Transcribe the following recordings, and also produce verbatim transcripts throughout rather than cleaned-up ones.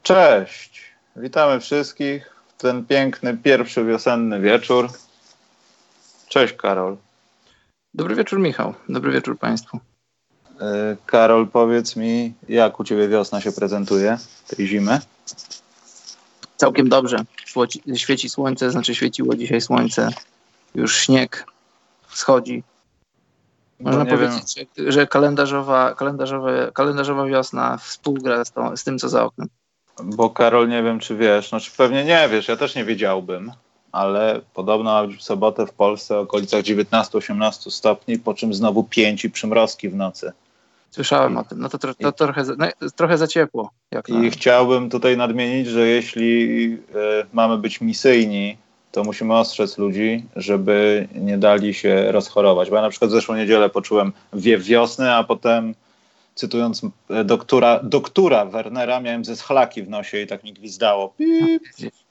Cześć, witamy wszystkich w ten piękny, pierwszy wiosenny wieczór. Cześć Karol. Dobry wieczór Michał, dobry wieczór Państwu. Yy, Karol, powiedz mi, jak u Ciebie wiosna się prezentuje tej zimy? Całkiem dobrze, świeci słońce, znaczy świeciło dzisiaj słońce, już śnieg schodzi. Można no powiedzieć, że, że kalendarzowa, kalendarzowa, kalendarzowa wiosna współgra z, tą, z tym, co za oknem. Bo Karol, nie wiem, czy wiesz, znaczy pewnie nie wiesz, ja też nie wiedziałbym, ale podobno ma być w sobotę w Polsce w okolicach dziewiętnaście osiemnaście stopni, po czym znowu pięć i przymrozki w nocy. Słyszałem I, o tym, no to, tro, to i, trochę, no, trochę za ciepło. Jak I na... chciałbym tutaj nadmienić, że jeśli y, mamy być misyjni, to musimy ostrzec ludzi, żeby nie dali się rozchorować. Bo ja na przykład w zeszłą niedzielę poczułem wiew wiosny, a potem, cytując doktora, doktora Wernera, miałem ze schlaki w nosie i tak mi gwizdało. Pip.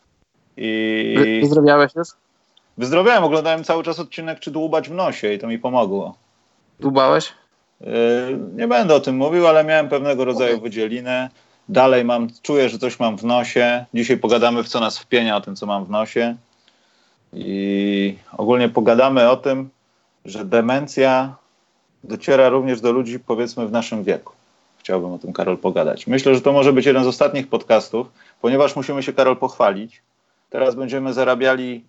I... Wyzdrowiałeś już? Wyzdrowiałem, oglądałem cały czas odcinek Czy dłubać w nosie i to mi pomogło. Dłubałeś? Yy, nie będę o tym mówił, ale miałem pewnego rodzaju okay. wydzielinę. Dalej mam, czuję, że coś mam w nosie. Dzisiaj pogadamy, w co nas wpienia, o tym, co mam w nosie. I ogólnie pogadamy o tym, że demencja dociera również do ludzi, powiedzmy, w naszym wieku. Chciałbym o tym, Karol, pogadać. Myślę, że to może być jeden z ostatnich podcastów, ponieważ musimy się, Karol, pochwalić. Teraz będziemy zarabiali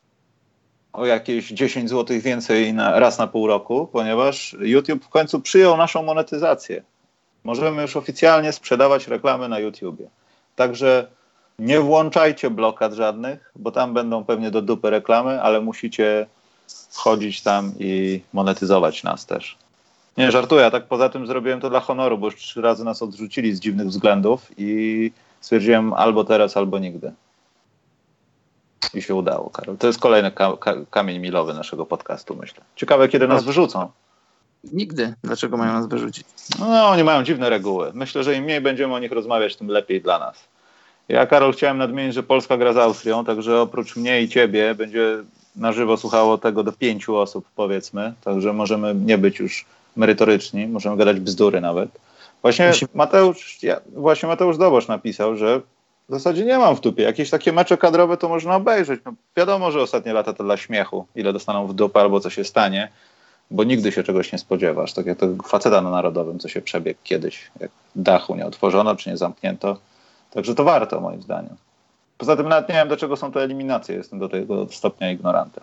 o jakieś dziesięć złotych więcej na, raz na pół roku, ponieważ YouTube w końcu przyjął naszą monetyzację. Możemy już oficjalnie sprzedawać reklamy na YouTubie. Także nie włączajcie blokad żadnych, bo tam będą pewnie do dupy reklamy, ale musicie wchodzić tam i monetyzować nas też. Nie, żartuję, a tak poza tym zrobiłem to dla honoru, bo już trzy razy nas odrzucili z dziwnych względów i stwierdziłem albo teraz, albo nigdy. I się udało, Karol. To jest kolejny ka- ka- kamień milowy naszego podcastu, myślę. Ciekawe, kiedy nas wyrzucą. Nigdy. Dlaczego mają nas wyrzucić? No, oni mają dziwne reguły. Myślę, że im mniej będziemy o nich rozmawiać, tym lepiej dla nas. Ja, Karol, chciałem nadmienić, że Polska gra z Austrią, także oprócz mnie i ciebie będzie na żywo słuchało tego do pięciu osób, powiedzmy. Także możemy nie być już merytoryczni, możemy gadać bzdury nawet. Właśnie Mateusz, ja, właśnie Mateusz Dobosz napisał, że w zasadzie nie mam w dupie. Jakieś takie mecze kadrowe to można obejrzeć. No, wiadomo, że ostatnie lata to dla śmiechu. Ile dostaną w dupę albo co się stanie, bo nigdy się czegoś nie spodziewasz. Tak jak tego faceta na Narodowym, co się przebiegł kiedyś, jak dachu nie otworzono czy nie zamknięto. Także to warto, moim zdaniem. Poza tym nawet nie wiem, do czego są te eliminacje. Jestem do tego stopnia ignorantem.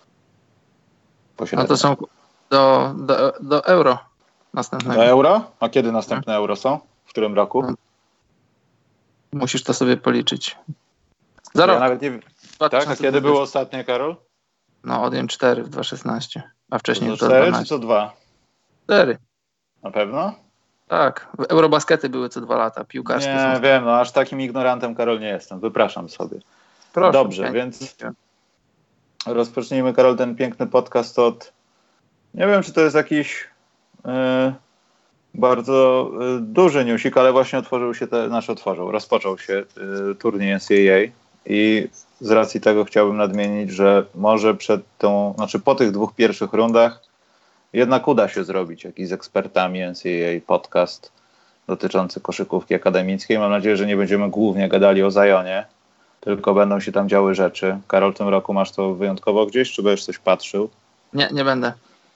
No to są do, do, do euro następnego. Do euro? A kiedy następne euro są? W którym roku? No. Musisz to sobie policzyć. Za rok. Ja nawet nie wiem. Tak? A kiedy było ostatnie, Karol? No, od cztery w dwa tysiące szesnaście. A wcześniej to cztery czy co dwa? cztery. Na pewno? Tak. Eurobaskety były co dwa lata. Piłkarskie Nie, są... wiem, no aż takim ignorantem, Karol, nie jestem. Wypraszam sobie. Proszę, Dobrze, ja więc rozpocznijmy, Karol, ten piękny podcast od... Nie wiem, czy to jest jakiś yy, bardzo yy, duży newsik, ale właśnie otworzył się, te, znaczy otworzył, rozpoczął się yy, turniej N C A A i z racji tego chciałbym nadmienić, że może przed tą, znaczy po tych dwóch pierwszych rundach jednak uda się zrobić jakiś z ekspertami N C A A podcast dotyczący koszykówki akademickiej. Mam nadzieję, że nie będziemy głównie gadali o Zionie, tylko będą się tam działy rzeczy. Karol, w tym roku masz to wyjątkowo gdzieś, czy będziesz coś patrzył? Nie, nie będę.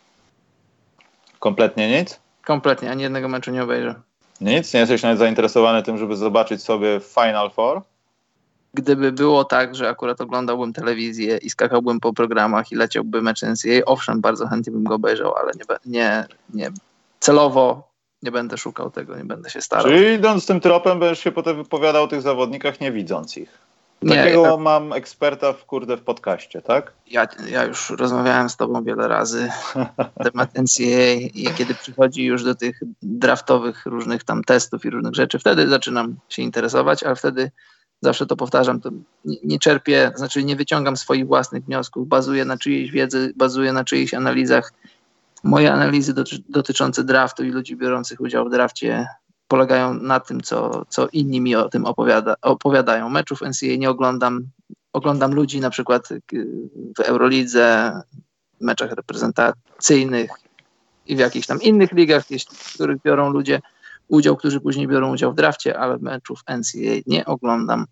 Kompletnie nic? Kompletnie, ani jednego meczu nie obejrzę. Nic? Nie jesteś nawet zainteresowany tym, żeby zobaczyć sobie Final Four? Gdyby było tak, że akurat oglądałbym telewizję i skakałbym po programach i leciałby mecz N C A A, owszem, bardzo chętnie bym go obejrzał, ale nie, nie, nie celowo nie będę szukał tego, nie będę się starał. Czyli idąc tym tropem, będziesz się potem wypowiadał o tych zawodnikach, nie widząc ich. Takiego nie, ja, mam eksperta w kurde w podcaście, tak? Ja, ja już rozmawiałem z tobą wiele razy na temat N C A A i kiedy przychodzi już do tych draftowych różnych tam testów i różnych rzeczy, wtedy zaczynam się interesować, ale wtedy zawsze to powtarzam, to nie, nie czerpię, znaczy nie wyciągam swoich własnych wniosków, bazuję na czyjejś wiedzy, bazuję na czyichś analizach. Moje analizy doty- dotyczące draftu i ludzi biorących udział w drafcie polegają na tym, co, co inni mi o tym opowiada, opowiadają. Meczów N C A A nie oglądam. Oglądam ludzi na przykład w Eurolidze, meczach reprezentacyjnych i w jakichś tam innych ligach, w których biorą ludzie udział, którzy później biorą udział w drafcie, ale meczów N C A A nie oglądam.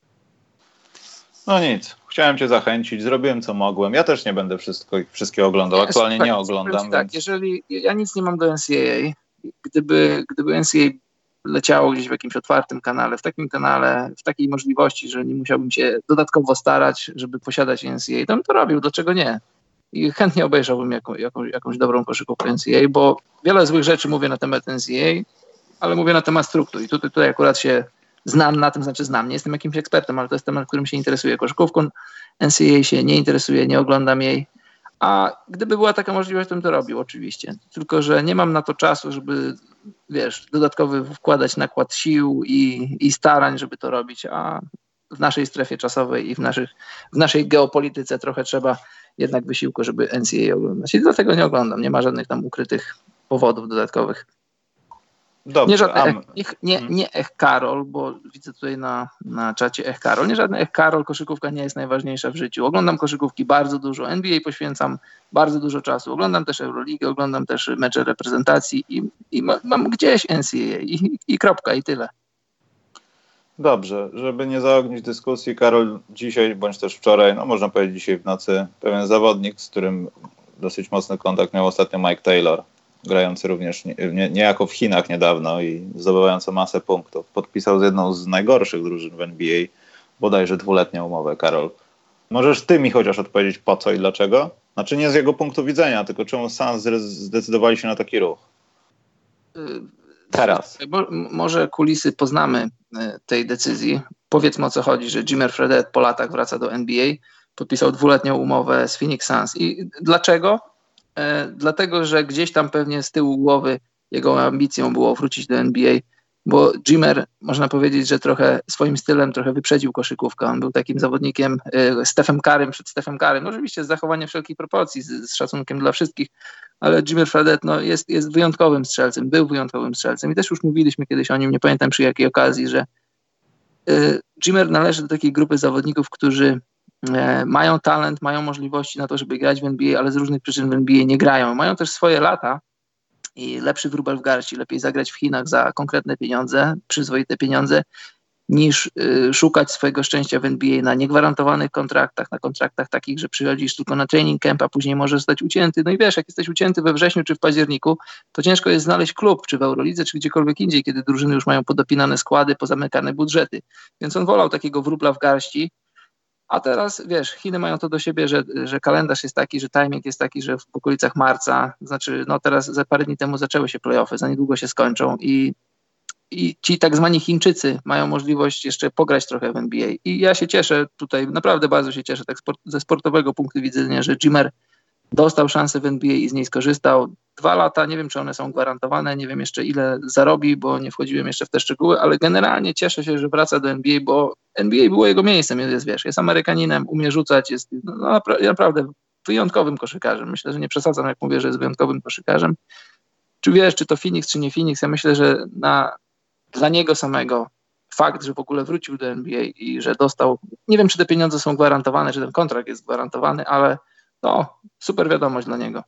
No nic, chciałem cię zachęcić, zrobiłem co mogłem. Ja też nie będę wszystko, wszystkiego oglądał, nie, aktualnie słuchaj, nie oglądam. Więc... Tak, jeżeli ja nic nie mam do N C A A, gdyby, gdyby N C A A leciało gdzieś w jakimś otwartym kanale, w takim kanale, w takiej możliwości, że nie musiałbym się dodatkowo starać, żeby posiadać N C A A, to bym to robił, dlaczego nie? I chętnie obejrzałbym jaką, jaką, jakąś dobrą koszykówkę N C A A, bo wiele złych rzeczy mówię na temat N C A A, ale mówię na temat struktur i tutaj, tutaj akurat się znam na tym, znaczy znam, nie jestem jakimś ekspertem, ale to jest temat, którym się interesuję koszykówką. N C A A się nie interesuje, nie oglądam jej, a gdyby była taka możliwość, to bym to robił oczywiście, tylko że nie mam na to czasu, żeby, wiesz, dodatkowy wkładać nakład sił i, i starań, żeby to robić, a w naszej strefie czasowej i w, naszych, w naszej geopolityce trochę trzeba jednak wysiłku, żeby N C A A oglądać i dlatego nie oglądam, nie ma żadnych tam ukrytych powodów dodatkowych. Dobrze, nie żadne am... ech, nie, nie Ech Karol, bo widzę tutaj na, na czacie Ech Karol. Nie żadne Ech Karol, koszykówka nie jest najważniejsza w życiu. Oglądam koszykówki bardzo dużo, N B A poświęcam bardzo dużo czasu. Oglądam też Euroligę, oglądam też mecze reprezentacji i, i ma, mam gdzieś N C A A i, i kropka, i tyle. Dobrze, żeby nie zaognić dyskusji, Karol, dzisiaj bądź też wczoraj, no można powiedzieć dzisiaj w nocy, pewien zawodnik, z którym dosyć mocny kontakt miał ostatnio Mike Taylor, grający również nie, nie, niejako w Chinach niedawno i zdobywający masę punktów. Podpisał z jedną z najgorszych drużyn w N B A, bodajże dwuletnią umowę, Karol. Możesz ty mi chociaż odpowiedzieć po co i dlaczego? Znaczy nie z jego punktu widzenia, tylko czemu Suns zdecydowali się na taki ruch? Teraz. Bo, może kulisy poznamy tej decyzji. Powiedzmy, o co chodzi, że Jimmer Fredette po latach wraca do N B A, podpisał dwuletnią umowę z Phoenix Suns. I dlaczego? E, dlatego, że gdzieś tam pewnie z tyłu głowy jego ambicją było wrócić do N B A, bo Jimmer, można powiedzieć, że trochę swoim stylem trochę wyprzedził koszykówkę. On był takim zawodnikiem e, Stephem Currym przed Stephem Currym. No, oczywiście z zachowaniem wszelkich proporcji, z, z szacunkiem dla wszystkich, ale Jimmer Fredette no, jest, jest wyjątkowym strzelcem, był wyjątkowym strzelcem i też już mówiliśmy kiedyś o nim, nie pamiętam przy jakiej okazji, że y, Jimmer należy do takiej grupy zawodników, którzy y, mają talent, mają możliwości na to, żeby grać w N B A, ale z różnych przyczyn w N B A nie grają. Mają też swoje lata i lepszy wróbel w garści, lepiej zagrać w Chinach za konkretne pieniądze, przyzwoite pieniądze, niż y, szukać swojego szczęścia w N B A na niegwarantowanych kontraktach, na kontraktach takich, że przychodzisz tylko na training camp, a później możesz zostać ucięty. No i wiesz, jak jesteś ucięty we wrześniu czy w październiku, to ciężko jest znaleźć klub, czy w Eurolidze, czy gdziekolwiek indziej, kiedy drużyny już mają podopinane składy, pozamykane budżety. Więc on wolał takiego wróbla w garści, a teraz, wiesz, Chiny mają to do siebie, że, że kalendarz jest taki, że timing jest taki, że w okolicach marca, znaczy no teraz za parę dni temu zaczęły się play-offy, za niedługo się skończą i I ci tak zwani Chińczycy mają możliwość jeszcze pograć trochę w N B A. I ja się cieszę tutaj, naprawdę bardzo się cieszę tak sport, ze sportowego punktu widzenia, że Jimmer dostał szansę w N B A i z niej skorzystał. Dwa lata, nie wiem czy one są gwarantowane, nie wiem jeszcze ile zarobi, bo nie wchodziłem jeszcze w te szczegóły, ale generalnie cieszę się, że wraca do N B A, bo N B A było jego miejscem, jest, wiesz, jest Amerykaninem, umie rzucać, jest no, naprawdę wyjątkowym koszykarzem. Myślę, że nie przesadzam, jak mówię, że jest wyjątkowym koszykarzem. Czy wiesz, czy to Phoenix, czy nie Phoenix, ja myślę, że na dla niego samego fakt, że w ogóle wrócił do N B A i że dostał, nie wiem czy te pieniądze są gwarantowane, czy ten kontrakt jest gwarantowany, ale no super wiadomość dla niego.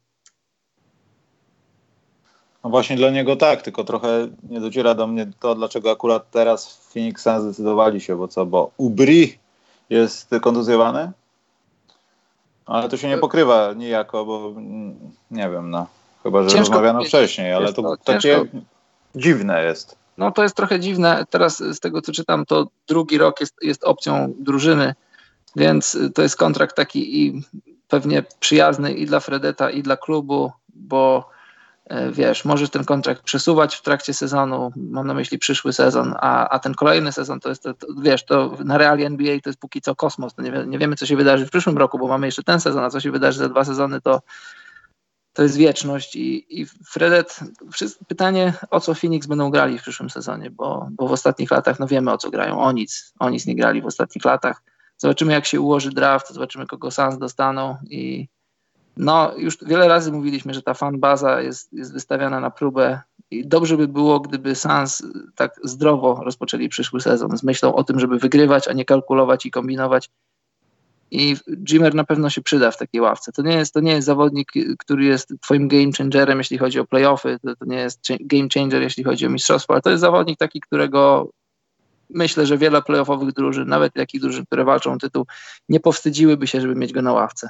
No właśnie dla niego tak, tylko trochę nie dociera do mnie to, dlaczego akurat teraz w Phoenix Suns zdecydowali się, bo co, bo Ubri jest kontuzjowany? Ale to się nie pokrywa nijako, bo nie wiem, no chyba, że ciężko rozmawiano wcześniej, ale to, to takie ciężko. Dziwne jest. No to jest trochę dziwne. Teraz z tego, co czytam, to drugi rok jest, jest opcją drużyny, więc to jest kontrakt taki i pewnie przyjazny i dla Fredetta, i dla klubu, bo wiesz, możesz ten kontrakt przesuwać w trakcie sezonu, mam na myśli przyszły sezon, a, a ten kolejny sezon to jest, to, to, wiesz, to na reali N B A to jest póki co kosmos. To nie, wie, nie wiemy, co się wydarzy w przyszłym roku, bo mamy jeszcze ten sezon, a co się wydarzy za dwa sezony, to To jest wieczność i, i Fredet, pytanie, o co Phoenix będą grali w przyszłym sezonie, bo, bo w ostatnich latach, no wiemy o co grają, o nic, o nic nie grali w ostatnich latach. Zobaczymy jak się ułoży draft, zobaczymy kogo Suns dostaną i no już wiele razy mówiliśmy, że ta fanbaza jest, jest wystawiana na próbę i dobrze by było, gdyby Suns tak zdrowo rozpoczęli przyszły sezon z myślą o tym, żeby wygrywać, a nie kalkulować i kombinować. i Jimmer na pewno się przyda w takiej ławce. To nie jest, to nie jest zawodnik, który jest twoim game changerem, jeśli chodzi o playoffy, to, to nie jest game changer, jeśli chodzi o mistrzostwo, ale to jest zawodnik taki, którego myślę, że wiele playoffowych drużyn, nawet takich drużyn, które walczą o tytuł, nie powstydziłyby się, żeby mieć go na ławce.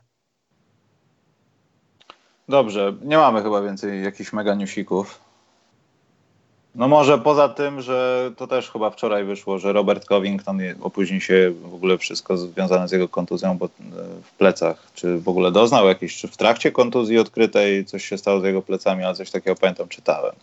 Dobrze, nie mamy chyba więcej jakichś mega newsików. No może poza tym, że to też chyba wczoraj wyszło, że Robert Covington opóźni się w ogóle wszystko związane z jego kontuzją bo w plecach. Czy w ogóle doznał jakiejś, czy w trakcie kontuzji odkrytej coś się stało z jego plecami, ale coś takiego pamiętam, czytałem.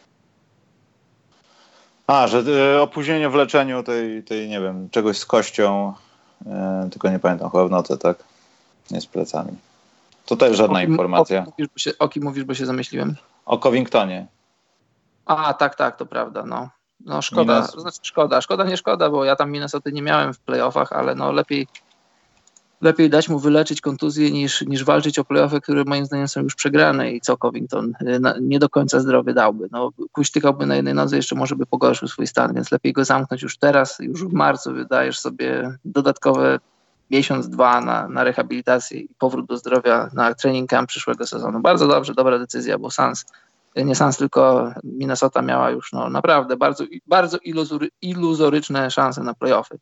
A, że y, opóźnienie w leczeniu tej, tej, nie wiem, czegoś z kością, y, tylko nie pamiętam, chyba w nocy, tak? Nie z plecami. To też żadna o kim, informacja. O kim, mówisz, bo się, o kim mówisz, bo się zamyśliłem? O Covingtonie. A, tak, tak, to prawda, no. No szkoda, Minnes... znaczy szkoda, szkoda, nie szkoda, bo ja tam Minnesoty nie miałem w playoffach, ale no lepiej lepiej dać mu wyleczyć kontuzję niż, niż walczyć o playoffy, które moim zdaniem są już przegrane i co Covington na, nie do końca zdrowy dałby. No, kuśtykałby na jednej nodze, jeszcze może by pogorszył swój stan, więc lepiej go zamknąć już teraz, już w marcu wydajesz sobie dodatkowe miesiąc, dwa na, na rehabilitację i powrót do zdrowia na training camp przyszłego sezonu. Bardzo dobrze, dobra decyzja, bo Suns, nie Suns, tylko Minnesota miała już no, naprawdę bardzo, bardzo iluzory, iluzoryczne szanse na playoffy.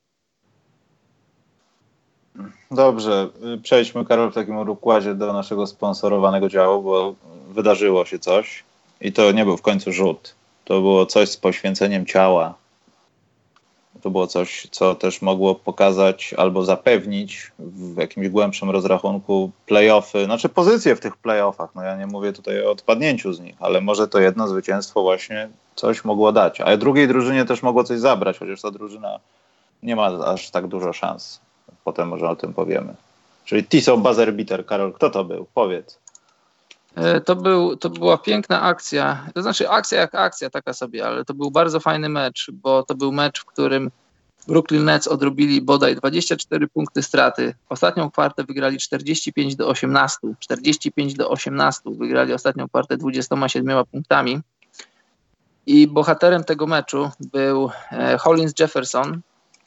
Dobrze, przejdźmy, Karol, w takim układzie do naszego sponsorowanego działu, bo wydarzyło się coś i to nie był w końcu rzut. To było coś z poświęceniem ciała. To było coś, co też mogło pokazać albo zapewnić w jakimś głębszym rozrachunku play-offy, znaczy pozycje w tych play-offach. No ja nie mówię tutaj o odpadnięciu z nich, ale może to jedno zwycięstwo właśnie coś mogło dać. A drugiej drużynie też mogło coś zabrać, chociaż ta drużyna nie ma aż tak dużo szans. Potem może o tym powiemy. Czyli Tiso buzzer beater. Karol, kto to był? Powiedz. To, był, to była piękna akcja, to znaczy akcja jak akcja taka sobie, ale to był bardzo fajny mecz, bo to był mecz, w którym Brooklyn Nets odrobili bodaj dwadzieścia cztery punkty straty. Ostatnią kwartę wygrali czterdzieści pięć do osiemnastu. czterdzieści pięć do osiemnastu wygrali ostatnią kwartę dwudziestoma siedmioma punktami. I bohaterem tego meczu był Hollis Jefferson.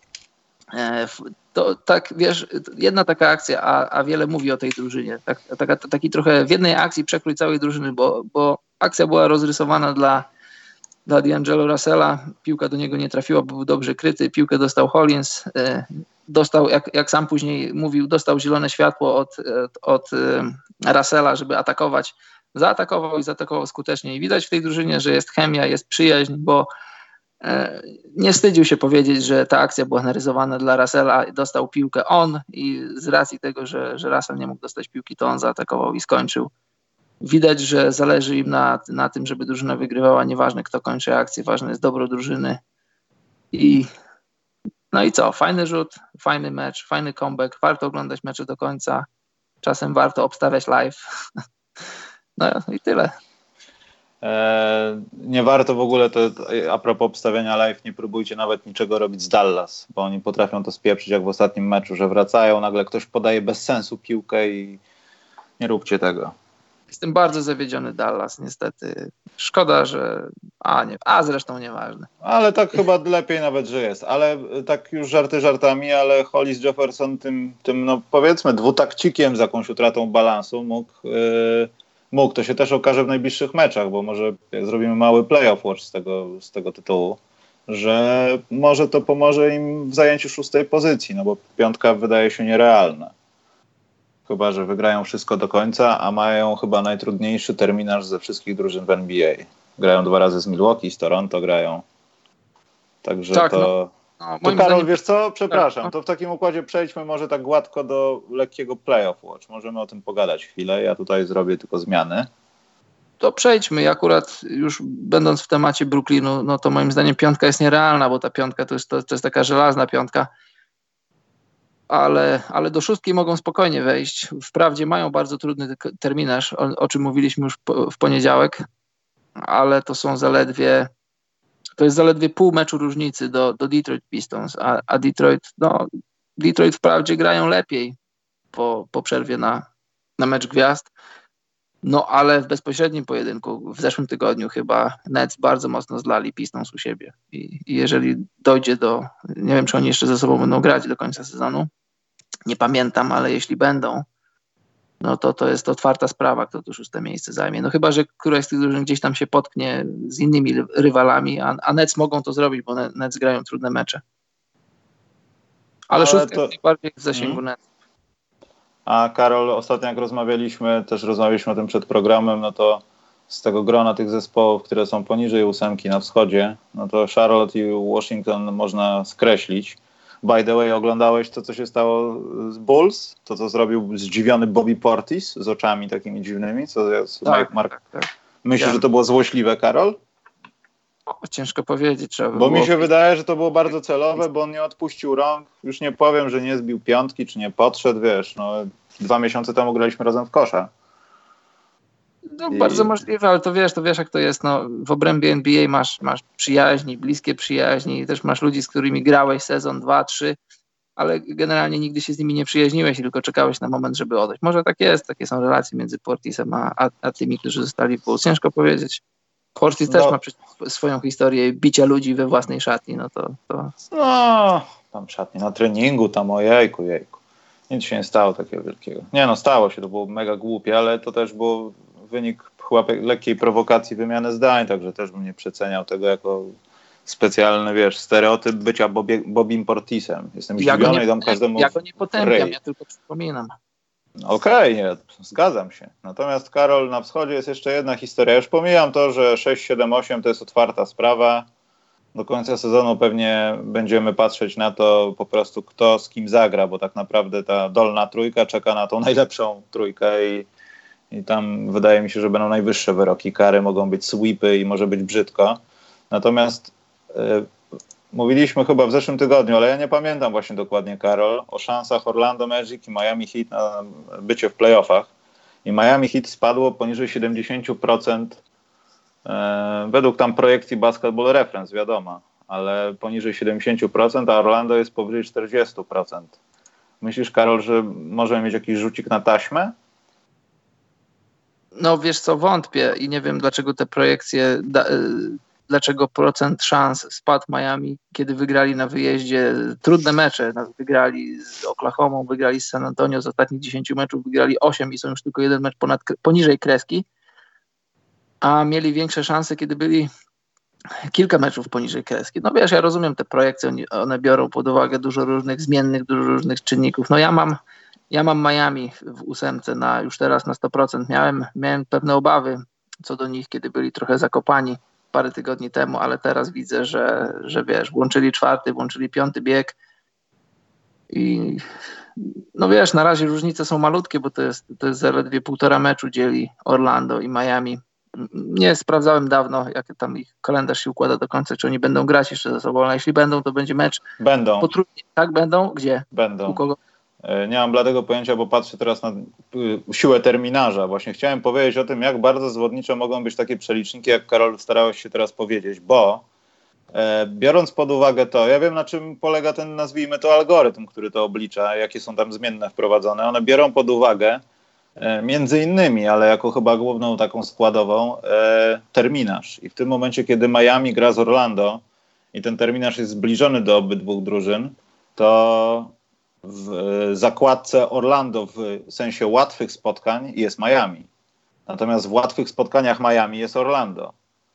To tak, wiesz, jedna taka akcja, a, a wiele mówi o tej drużynie. Tak, taka, taki trochę w jednej akcji przekrój całej drużyny, bo, bo akcja była rozrysowana dla, dla D'Angelo Russella. Piłka do niego nie trafiła, bo był dobrze kryty. Piłkę dostał Hollins. Dostał, jak, jak sam później mówił, dostał zielone światło od, od Russella, żeby atakować. Zaatakował i zaatakował skutecznie. I widać w tej drużynie, że jest chemia, jest przyjaźń, bo nie wstydził się powiedzieć, że ta akcja była narysowana dla Russella, dostał piłkę on i z racji tego, że, że Russell nie mógł dostać piłki, to on zaatakował i skończył. Widać, że zależy im na, na tym, żeby drużyna wygrywała, nieważne kto kończy akcję, ważne jest dobro drużyny. I no i co, fajny rzut, fajny mecz, fajny comeback, warto oglądać mecze do końca, czasem warto obstawiać live. No i tyle. Eee, nie warto w ogóle, to a propos obstawiania live, nie próbujcie nawet niczego robić z Dallas, bo oni potrafią to spieprzyć jak w ostatnim meczu, że wracają, nagle ktoś podaje bez sensu piłkę i nie róbcie tego. Jestem bardzo zawiedziony Dallas, niestety. Szkoda, że... A, nie, a zresztą nieważne. Ale tak chyba lepiej nawet, że jest. Ale tak już żarty żartami, ale Hollis Jefferson tym, tym no powiedzmy dwutakcikiem z jakąś utratą balansu mógł... Yy, Mógł, to się też okaże w najbliższych meczach, bo może jak zrobimy mały playoff watch z tego, z tego tytułu, że może to pomoże im w zajęciu szóstej pozycji, no bo piątka wydaje się nierealna. Chyba że wygrają wszystko do końca, a mają chyba najtrudniejszy terminarz ze wszystkich drużyn w N B A. Grają dwa razy z Milwaukee, z Toronto grają. Także tak, to... No. No, to Karol, zdaniem... wiesz co? Przepraszam, tak, no. To w takim układzie przejdźmy może tak gładko do lekkiego playoff watch. Możemy o tym pogadać chwilę. Ja tutaj zrobię tylko zmiany. To przejdźmy. Ja akurat już będąc w temacie Brooklynu, no to moim zdaniem piątka jest nierealna, bo ta piątka to jest, to, to jest taka żelazna piątka. Ale, ale do szóstki mogą spokojnie wejść. Wprawdzie mają bardzo trudny terminarz, o, o czym mówiliśmy już po, w poniedziałek, ale to są zaledwie To jest zaledwie pół meczu różnicy do, do Detroit Pistons, a, a Detroit, no, Detroit wprawdzie grają lepiej po, po przerwie na, na mecz gwiazd, no ale w bezpośrednim pojedynku w zeszłym tygodniu chyba Nets bardzo mocno zlali Pistons u siebie. I, i jeżeli dojdzie do, nie wiem czy oni jeszcze ze sobą będą grać do końca sezonu, nie pamiętam, ale jeśli będą, no to to jest otwarta sprawa, kto to szóste miejsce zajmie. No chyba, że któraś z tych drużyn gdzieś tam się potknie z innymi rywalami, a, a Nets mogą to zrobić, bo Nets grają trudne mecze. Ale, ale szóstka to... jest najbardziej w zasięgu hmm. Nets. A Karol, ostatnio jak rozmawialiśmy, też rozmawialiśmy o tym przed programem, no to z tego grona tych zespołów, które są poniżej ósemki na wschodzie, no to Charlotte i Washington można skreślić. By the way, oglądałeś to, co się stało z Bulls? To, co zrobił zdziwiony Bobby Portis z oczami takimi dziwnymi? Co jest tak, Mark... tak, tak. Myślisz, ja. że to było złośliwe, Karol? O, ciężko powiedzieć. Trzeba by bo było... mi się wydaje, że to było bardzo celowe, bo on nie odpuścił rąk. Już nie powiem, że nie zbił piątki, czy nie podszedł, wiesz, no dwa miesiące temu graliśmy razem w kosza. No I... bardzo możliwe, ale to wiesz, to wiesz jak to jest, no w obrębie N B A masz, masz przyjaźni, bliskie przyjaźni, też masz ludzi, z którymi grałeś sezon, dwa, trzy, ale generalnie nigdy się z nimi nie przyjaźniłeś, tylko czekałeś na moment, żeby odejść. Może tak jest, takie są relacje między Portisem a, a, a tymi, którzy zostali w Bulls. Ciężko powiedzieć. Portis no. też ma swoją historię bicia ludzi we własnej szatni, no to... to... No, tam szatni na treningu, tam o jejku, jejku. Nic się nie stało takiego wielkiego. Nie no, stało się, to było mega głupie, ale to też był wynik chyba lekkiej prowokacji wymiany zdań, także też bym nie przeceniał tego jako specjalny, wiesz, stereotyp bycia Bobie, Bobim Portisem. Jestem ja zdziwiony i dam każdemu... Ja go nie potępiam, ja tylko przypominam. Okej, okay, nie, zgadzam się. Natomiast Karol, na wschodzie jest jeszcze jedna historia. Już pomijam to, że sześć, siedem, osiem to jest otwarta sprawa. Do końca sezonu pewnie będziemy patrzeć na to po prostu, kto z kim zagra, bo tak naprawdę ta dolna trójka czeka na tą najlepszą trójkę i, i tam wydaje mi się, że będą najwyższe wyroki kary, mogą być sweepy i może być brzydko. Natomiast yy, mówiliśmy chyba w zeszłym tygodniu, ale ja nie pamiętam właśnie dokładnie, Karol, o szansach Orlando Magic i Miami Heat na bycie w playoffach. I Miami Heat spadło poniżej siedemdziesiąt procent e, według tam projekcji Basketball Reference, wiadomo, ale poniżej siedemdziesiąt procent, a Orlando jest powyżej czterdzieści procent. Myślisz, Karol, że możemy mieć jakiś rzucik na taśmę? No wiesz co, wątpię i nie wiem, dlaczego te projekcje... Da- dlaczego procent szans spadł Miami, kiedy wygrali na wyjeździe trudne mecze. Wygrali z Oklahomą, wygrali z San Antonio, z ostatnich dziesięciu meczów wygrali osiem i są już tylko jeden mecz ponad, poniżej kreski, a mieli większe szanse, kiedy byli kilka meczów poniżej kreski. No wiesz, ja rozumiem te projekcje, one biorą pod uwagę dużo różnych zmiennych, dużo różnych czynników. No ja mam, ja mam Miami w ósemce na, już teraz na sto procent. Miałem, miałem pewne obawy co do nich, kiedy byli trochę zakopani parę tygodni temu, ale teraz widzę, że, że wiesz, włączyli czwarty, włączyli piąty bieg i no wiesz, na razie różnice są malutkie, bo to jest, to jest zaledwie półtora meczu dzieli Orlando i Miami. Nie sprawdzałem dawno, jak tam ich kalendarz się układa do końca, czy oni będą grać jeszcze ze sobą, ale jeśli będą, to będzie mecz będą. Potrudnie. Tak, będą? Gdzie? Będą. U kogo? Nie mam bladego pojęcia, bo patrzę teraz na siłę terminarza. Właśnie chciałem powiedzieć o tym, jak bardzo zwodnicze mogą być takie przeliczniki, jak Karol starałeś się teraz powiedzieć, bo e, biorąc pod uwagę to, ja wiem, na czym polega ten, nazwijmy to, algorytm, który to oblicza, jakie są tam zmienne wprowadzone. One biorą pod uwagę e, między innymi, ale jako chyba główną taką składową, e, terminarz. I w tym momencie, kiedy Miami gra z Orlando i ten terminarz jest zbliżony do obydwu drużyn, to w zakładce Orlando w sensie łatwych spotkań jest Miami. Natomiast w łatwych spotkaniach Miami jest Orlando.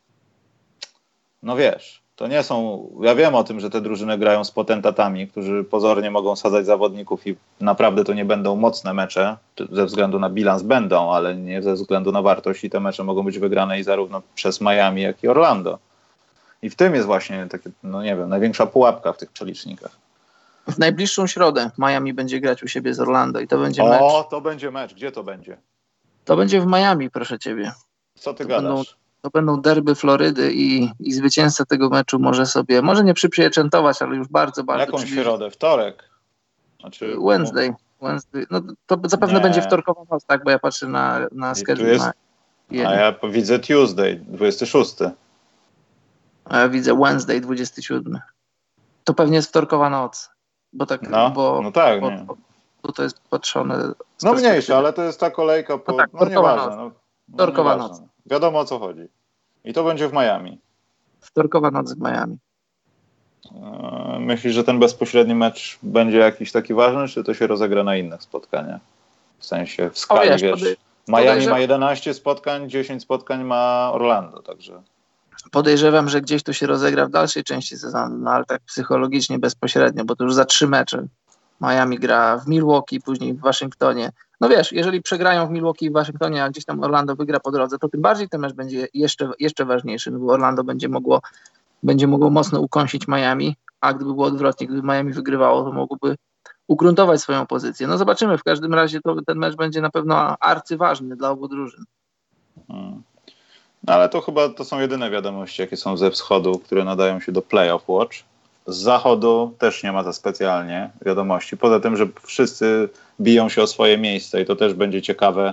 No wiesz, to nie są... Ja wiem o tym, że te drużyny grają z potentatami, którzy pozornie mogą sadzać zawodników i naprawdę to nie będą mocne mecze. Ze względu na bilans będą, ale nie ze względu na wartość i te mecze mogą być wygrane i zarówno przez Miami, jak i Orlando. I w tym jest właśnie takie, no nie wiem, największa pułapka w tych przelicznikach. W najbliższą środę Miami będzie grać u siebie z Orlando i to będzie o, mecz. O, to będzie mecz. Gdzie to będzie? To będzie w Miami, proszę ciebie. Co ty to gadasz? Będą, to będą derby Florydy i, i zwycięzca tego meczu może sobie, może nie przypieczętować, ale już bardzo, bardzo... Jaką przybliży... środę? Wtorek? Znaczy... Wednesday. Wednesday. No to zapewne nie. Będzie wtorkowa noc, tak? Bo ja patrzę na, na schedule. Jest... A ja widzę Tuesday, dwudziesty szósty. A ja widzę Wednesday, dwudziesty siódmy. To pewnie jest wtorkowa noc. Bo tak, no, bo, no tak, bo, nie. bo to jest patrzone... No mniejsze, ale to jest ta kolejka po... No tak, no nieważne. No, wtorkowa no noc. Wiadomo o co chodzi. I to będzie w Miami. Wtorkowa noc w Miami. Myślisz, że ten bezpośredni mecz będzie jakiś taki ważny, czy to się rozegra na innych spotkaniach? W sensie w skali, o, wiesz, wiesz podej- Miami podejrzewam... ma jedenaście spotkań, dziesięć spotkań ma Orlando, także... Podejrzewam, że gdzieś to się rozegra w dalszej części sezonu, no ale tak psychologicznie bezpośrednio, bo to już za trzy mecze. Miami gra w Milwaukee, później w Waszyngtonie. No wiesz, jeżeli przegrają w Milwaukee i w Waszyngtonie, a gdzieś tam Orlando wygra po drodze, to tym bardziej ten mecz będzie jeszcze, jeszcze ważniejszy, no bo Orlando będzie mogło, będzie mogło mocno ukąsić Miami, a gdyby było odwrotnie, gdyby Miami wygrywało, to mogłoby ugruntować swoją pozycję. No zobaczymy, w każdym razie to, ten mecz będzie na pewno arcyważny dla obu drużyn. Hmm. No ale to chyba to są jedyne wiadomości, jakie są ze wschodu, które nadają się do Playoff Watch. Z zachodu też nie ma za specjalnie wiadomości. Poza tym, że wszyscy biją się o swoje miejsce i to też będzie ciekawe.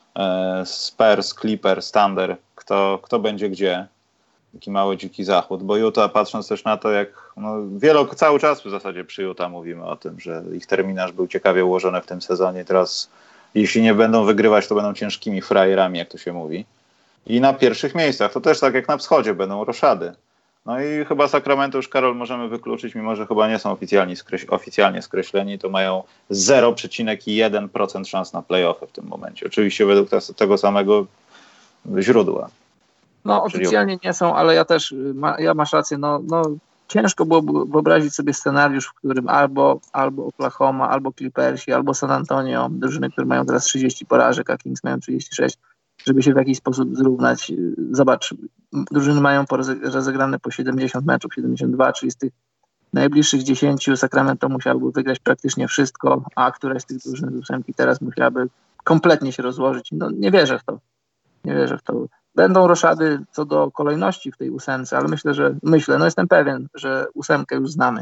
Spurs, Clippers, Thunder, kto, kto będzie gdzie. Taki mały dziki zachód. Bo Utah, patrząc też na to, jak no, wielo, cały czas w zasadzie przy Utah mówimy o tym, że ich terminarz był ciekawie ułożony w tym sezonie. Teraz jeśli nie będą wygrywać, to będą ciężkimi frajerami, jak to się mówi. I na pierwszych miejscach, to też tak jak na wschodzie, będą roszady. No i chyba Sacramento już, Karol, możemy wykluczyć, mimo że chyba nie są oficjalnie, skreś- oficjalnie skreśleni, to mają zero przecinek jeden procent szans na play-offy w tym momencie. Oczywiście według te- tego samego źródła. No oficjalnie nie są, ale ja też, ma, ja masz rację, no, no ciężko było wyobrazić sobie scenariusz, w którym albo, albo Oklahoma, albo Clippersi, albo San Antonio, drużyny, które mają teraz trzydzieści porażek, a Kings mają trzydzieści sześć, żeby się w jakiś sposób zrównać. Zobacz, drużyny mają rozegrane po siedemdziesiąt meczów, siedemdziesiąt dwa, czyli z tych najbliższych dziesięciu Sacramento musiałoby wygrać praktycznie wszystko, a któraś z tych drużyn z ósemki teraz musiałaby kompletnie się rozłożyć. No nie wierzę w to. Nie wierzę w to. Będą roszady co do kolejności w tej ósemce, ale myślę, że myślę, no jestem pewien, że ósemkę już znamy.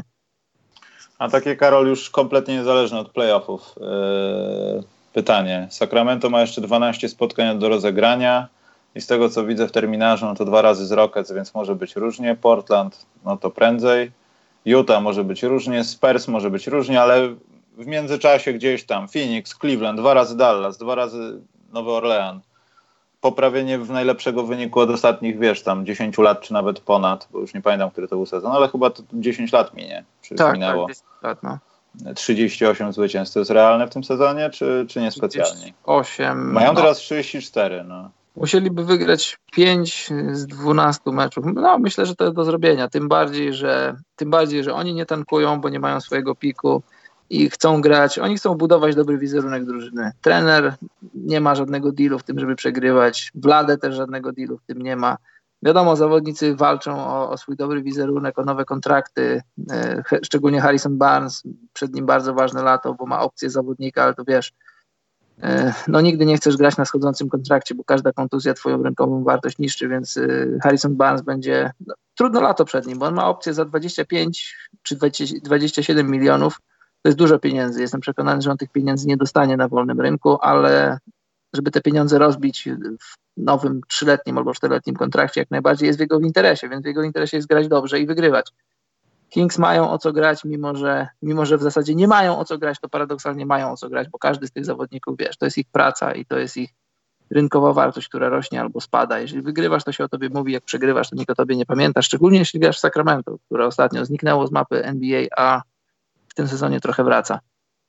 A takie, Karol, już kompletnie niezależne od playoffów. Yy... Pytanie. Sacramento ma jeszcze dwanaście spotkań do rozegrania i z tego, co widzę w terminarzu, no to dwa razy z Rockets, więc może być różnie. Portland, no to prędzej. Utah może być różnie. Spurs może być różnie, ale w międzyczasie gdzieś tam Phoenix, Cleveland, dwa razy Dallas, dwa razy Nowy Orlean. Poprawienie w najlepszego wyniku od ostatnich, wiesz, tam dziesięć lat, czy nawet ponad, bo już nie pamiętam, który to był sezon, ale chyba to dziesięć lat minie. Czy tak, minęło. tak, dziesięć lat, no. trzydzieści osiem zwycięstw to jest realne w tym sezonie, czy, czy niespecjalnie? trzydzieści osiem. Mają no. teraz trzydzieści cztery. No. Musieliby wygrać pięć z dwunastu meczów. No myślę, że to jest do zrobienia. Tym bardziej, że tym bardziej, że oni nie tankują, bo nie mają swojego piku i chcą grać. Oni chcą budować dobry wizerunek drużyny. Trener nie ma żadnego dealu w tym, żeby przegrywać. Vlade też żadnego dealu w tym nie ma. Wiadomo, zawodnicy walczą o, o swój dobry wizerunek, o nowe kontrakty, e, szczególnie Harrison Barnes, przed nim bardzo ważne lato, bo ma opcję zawodnika, ale to wiesz, e, no nigdy nie chcesz grać na schodzącym kontrakcie, bo każda kontuzja twoją rynkową wartość niszczy, więc e, Harrison Barnes będzie, no, trudno lato przed nim, bo on ma opcję za dwadzieścia pięć czy dwadzieścia siedem milionów, to jest dużo pieniędzy, jestem przekonany, że on tych pieniędzy nie dostanie na wolnym rynku, ale żeby te pieniądze rozbić w nowym trzyletnim albo czteroletnim kontrakcie, jak najbardziej jest w jego interesie, więc w jego interesie jest grać dobrze i wygrywać. Kings mają o co grać, mimo że, mimo że w zasadzie nie mają o co grać, to paradoksalnie mają o co grać, bo każdy z tych zawodników, wiesz, to jest ich praca i to jest ich rynkowa wartość, która rośnie albo spada. Jeżeli wygrywasz, to się o tobie mówi, jak przegrywasz, to nikt o tobie nie pamięta, szczególnie jeśli grasz w Sacramento, które ostatnio zniknęło z mapy N B A, a w tym sezonie trochę wraca.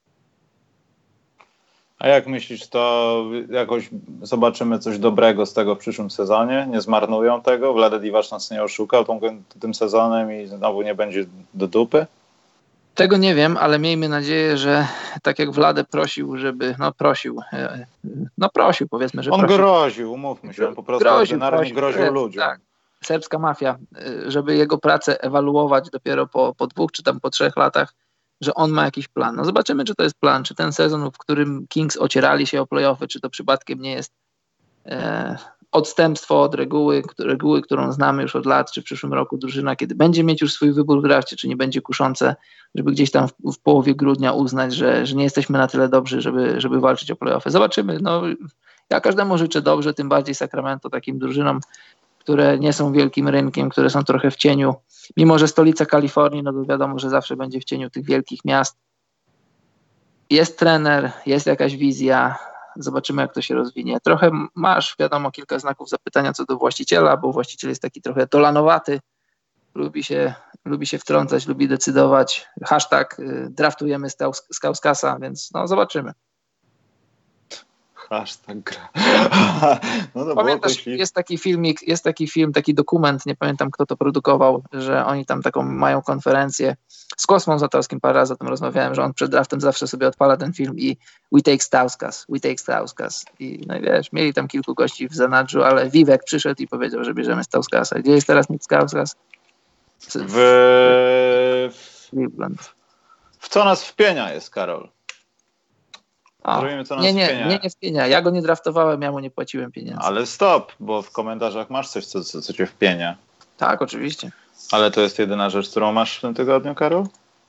A jak myślisz, to jakoś zobaczymy coś dobrego z tego w przyszłym sezonie? Nie zmarnują tego? Vlade Divac nas nie oszukał tą, tym sezonem i znowu nie będzie do dupy? Tego nie wiem, ale miejmy nadzieję, że tak jak Vlade prosił, żeby, no prosił, no prosił powiedzmy, że On prosił. groził, umówmy się, on po prostu groził, ordynarnie groził prosił, ludziom. Tak. Serbska mafia, żeby jego pracę ewaluować dopiero po, po dwóch czy tam po trzech latach, że on ma jakiś plan. No zobaczymy, czy to jest plan, czy ten sezon, w którym Kings ocierali się o play-offy, czy to przypadkiem nie jest e, odstępstwo od reguły, reguły, którą znamy już od lat, czy w przyszłym roku drużyna, kiedy będzie mieć już swój wybór w drafcie, czy nie będzie kuszące, żeby gdzieś tam w, w połowie grudnia uznać, że, że nie jesteśmy na tyle dobrzy, żeby, żeby walczyć o play-offy. Zobaczymy. No, ja każdemu życzę dobrze, tym bardziej Sacramento, takim drużynom, które nie są wielkim rynkiem, które są trochę w cieniu. Mimo że stolica Kalifornii, no to wiadomo, że zawsze będzie w cieniu tych wielkich miast. Jest trener, jest jakaś wizja, zobaczymy, jak to się rozwinie. Trochę masz, wiadomo, kilka znaków zapytania co do właściciela, bo właściciel jest taki trochę dolanowaty. lubi się, lubi się wtrącać, lubi decydować. Hashtag y, draftujemy z Kauskasa, więc no zobaczymy. Hashtag gra. No to Pamiętasz, było, jeśli... jest taki filmik, jest taki film, taki dokument, nie pamiętam kto to produkował, że oni tam taką mają konferencję. Z Kosmą Zatowskim parę razy o tym rozmawiałem, że on przed draftem zawsze sobie odpala ten film i we take Stauskas, we take Stauskas. I no i wiesz, mieli tam kilku gości w zanadrzu, ale Vivek przyszedł i powiedział, że bierzemy Stauskasa. Gdzie jest teraz Nick Stauskas? W... w Cleveland. W co nas wpienia jest, Karol? O, Zrobimy, co nas nie, nie, wpienia. nie, nie wpienia. Ja go nie draftowałem, ja mu nie płaciłem pieniędzy. Ale stop, bo w komentarzach masz coś, co, co, co cię wpienia. Tak, oczywiście. Ale to jest jedyna rzecz, którą masz w tym tygodniu, Karol?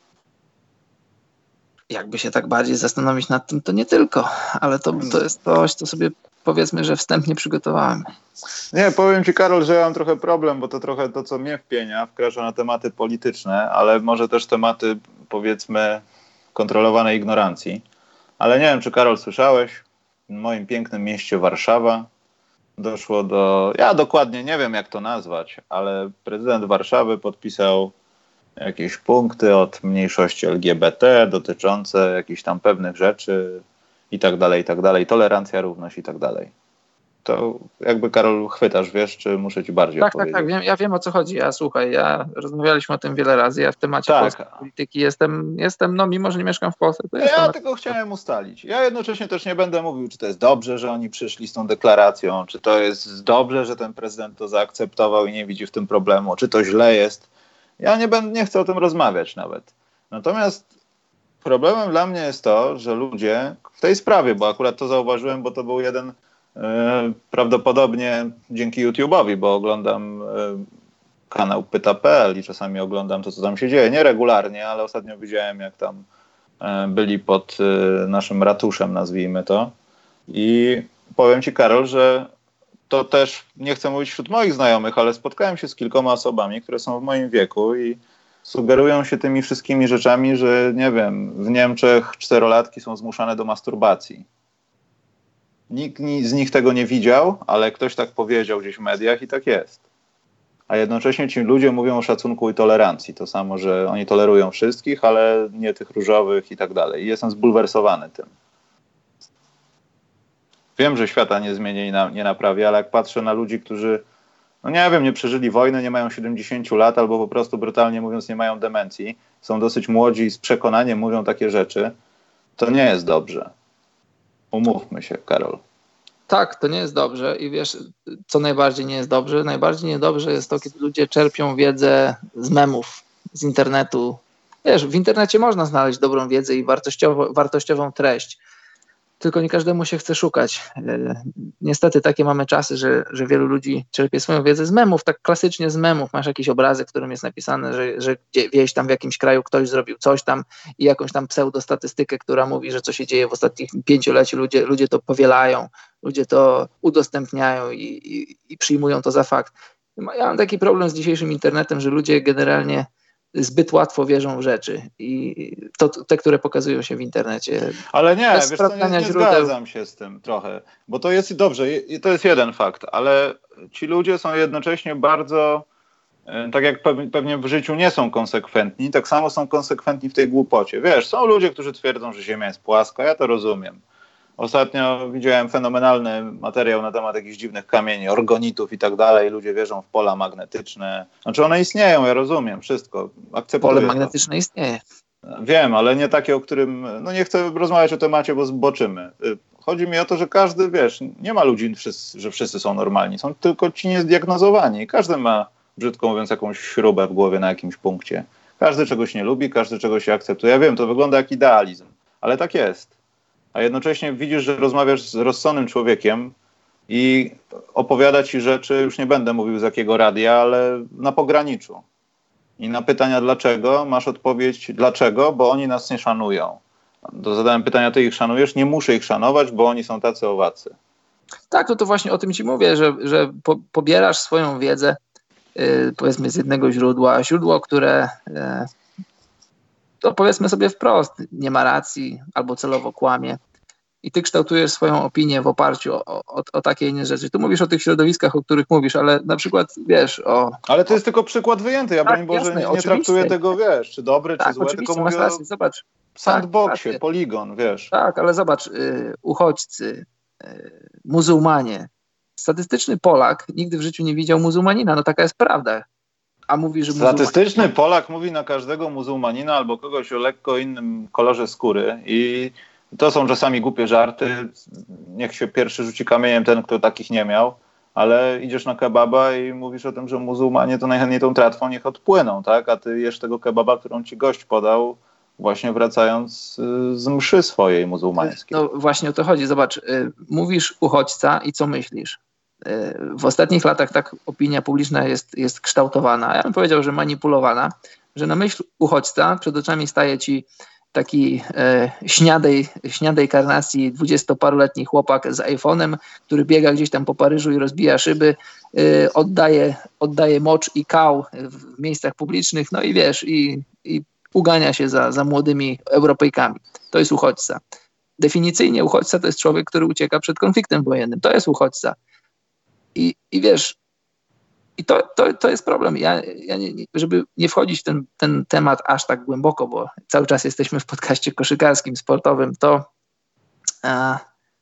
Jakby się tak bardziej zastanowić nad tym, to nie tylko, ale to, to jest coś, co sobie powiedzmy, że wstępnie przygotowałem. Nie, powiem ci, Karol, że ja mam trochę problem, bo to trochę to, co mnie wpienia, wkracza na tematy polityczne, ale może też tematy, powiedzmy, kontrolowanej ignorancji. Ale nie wiem, czy Karol słyszałeś, w moim pięknym mieście Warszawa doszło do, ja dokładnie nie wiem jak to nazwać, ale prezydent Warszawy podpisał jakieś punkty od mniejszości L G B T dotyczące jakichś tam pewnych rzeczy i tak dalej, i tak dalej, tolerancja, równość i tak dalej. To jakby, Karol, chwytasz, wiesz, czy muszę ci bardziej tak, opowiedzieć? Tak, tak, wiem, ja wiem o co chodzi. Ja słuchaj, ja rozmawialiśmy o tym wiele razy, ja w temacie tak. polskiej polityki jestem, jestem, no mimo, że nie mieszkam w Polsce, to ja jestem... Ja tylko chciałem ustalić. Ja jednocześnie też nie będę mówił, czy to jest dobrze, że oni przyszli z tą deklaracją, czy to jest dobrze, że ten prezydent to zaakceptował i nie widzi w tym problemu, czy to źle jest. Ja nie, będę, nie chcę o tym rozmawiać nawet. Natomiast problemem dla mnie jest to, że ludzie w tej sprawie, bo akurat to zauważyłem, bo to był jeden e, prawdopodobnie dzięki YouTube'owi, bo oglądam e, kanał pyta kropka pe el i czasami oglądam to, co tam się dzieje. Nie regularnie, ale ostatnio widziałem, jak tam e, byli pod e, naszym ratuszem, nazwijmy to. I powiem ci, Karol, że to też, nie chcę mówić wśród moich znajomych, ale spotkałem się z kilkoma osobami, które są w moim wieku i sugerują się tymi wszystkimi rzeczami, że nie wiem, w Niemczech czterolatki są zmuszane do masturbacji. Nikt z nich tego nie widział, ale ktoś tak powiedział gdzieś w mediach i tak jest. A jednocześnie ci ludzie mówią o szacunku i tolerancji. To samo, że oni tolerują wszystkich, ale nie tych różowych i tak dalej. I jestem zbulwersowany tym. Wiem, że świata nie zmieni i na, nie naprawi, ale jak patrzę na ludzi, którzy, no nie wiem, nie przeżyli wojny, nie mają siedemdziesięciu lat, albo po prostu brutalnie mówiąc nie mają demencji, są dosyć młodzi i z przekonaniem mówią takie rzeczy, to nie jest dobrze. Umówmy się, Karol. Tak, to nie jest dobrze i wiesz, co najbardziej nie jest dobrze? Najbardziej niedobrze jest to, kiedy ludzie czerpią wiedzę z memów, z internetu. Wiesz, w internecie można znaleźć dobrą wiedzę i wartościowo, wartościową treść, tylko nie każdemu się chce szukać. Niestety takie mamy czasy, że, że wielu ludzi czerpie swoją wiedzę z memów, tak klasycznie z memów. Masz jakiś obrazek, w którym jest napisane, że, że gdzieś tam w jakimś kraju ktoś zrobił coś tam i jakąś tam pseudostatystykę, która mówi, że co się dzieje w ostatnich pięcioleciu, ludzie, ludzie to powielają, ludzie to udostępniają i, i, i przyjmują to za fakt. Ja mam taki problem z dzisiejszym internetem, że ludzie generalnie zbyt łatwo wierzą w rzeczy i to te, które pokazują się w internecie. Ale nie, wiesz co, nie, nie zgadzam się z tym trochę, bo to jest dobrze, to jest jeden fakt, ale ci ludzie są jednocześnie bardzo, tak jak pewnie w życiu nie są konsekwentni, tak samo są konsekwentni w tej głupocie. Wiesz, są ludzie, którzy twierdzą, że Ziemia jest płaska, ja to rozumiem. Ostatnio widziałem fenomenalny materiał na temat jakichś dziwnych kamieni, orgonitów i tak dalej. Ludzie wierzą w pola magnetyczne. Znaczy one istnieją, ja rozumiem, wszystko. Akceptuję Pole magnetyczne to. Istnieje. Wiem, ale nie takie, o którym... No nie chcę rozmawiać o temacie, bo zboczymy. Chodzi mi o to, że każdy, wiesz, nie ma ludzi, że wszyscy są normalni. Są tylko ci niezdiagnozowani. Każdy ma, brzydko mówiąc, jakąś śrubę w głowie na jakimś punkcie. Każdy czegoś nie lubi, każdy czegoś się akceptuje. Ja wiem, to wygląda jak idealizm, ale tak jest. A jednocześnie widzisz, że rozmawiasz z rozsądnym człowiekiem i opowiada ci rzeczy, już nie będę mówił z jakiego radia, ale na pograniczu. I na pytania dlaczego masz odpowiedź dlaczego, bo oni nas nie szanują. To zadałem pytania, ty ich szanujesz? Nie muszę ich szanować, bo oni są tacy owacy. Tak, no to właśnie o tym ci mówię, że, że po, pobierasz swoją wiedzę yy, powiedzmy z jednego źródła, źródło, które yy, to powiedzmy sobie wprost, nie ma racji albo celowo kłamie. i ty kształtujesz swoją opinię w oparciu o, o, o takie inne rzeczy. Tu mówisz o tych środowiskach, o których mówisz, ale na przykład, wiesz, o... Ale to o, jest tylko przykład wyjęty, ja tak, broń Boże jasne, nie, nie traktuję tego, wiesz, czy dobre, tak, czy złe, tylko mówię masz rację, zobacz. o sandboxie, tak, poligon, wiesz. Tak, ale zobacz, y, uchodźcy, y, muzułmanie. Statystyczny Polak nigdy w życiu nie widział muzułmanina, no taka jest prawda. A mówi, że Statystyczny muzułmanin... Polak mówi na każdego muzułmanina albo kogoś o lekko innym kolorze skóry i to są czasami głupie żarty. Niech się pierwszy rzuci kamieniem ten, kto takich nie miał, ale idziesz na kebaba i mówisz o tym, że muzułmanie to najchętniej tą tratwą niech odpłyną, tak? A ty jesz tego kebaba, którą ci gość podał, właśnie wracając z mszy swojej muzułmańskiej. No właśnie o to chodzi. Zobacz, y, mówisz uchodźca i co myślisz? Y, w ostatnich latach tak opinia publiczna jest, jest kształtowana. Ja bym powiedział, że manipulowana, że na myśl uchodźca przed oczami staje ci taki e, śniadej, śniadej karnacji dwudziestoparoletni chłopak z iPhone'em, który biega gdzieś tam po Paryżu i rozbija szyby, e, oddaje, oddaje mocz i kał w miejscach publicznych, no i wiesz, i, i ugania się za, za młodymi Europejkami. To jest uchodźca. Definicyjnie uchodźca to jest człowiek, który ucieka przed konfliktem wojennym. To jest uchodźca. I, i wiesz, i to, to, to jest problem. Ja, ja nie, żeby nie wchodzić w ten, ten temat aż tak głęboko, bo cały czas jesteśmy w podcaście koszykarskim, sportowym, to, a,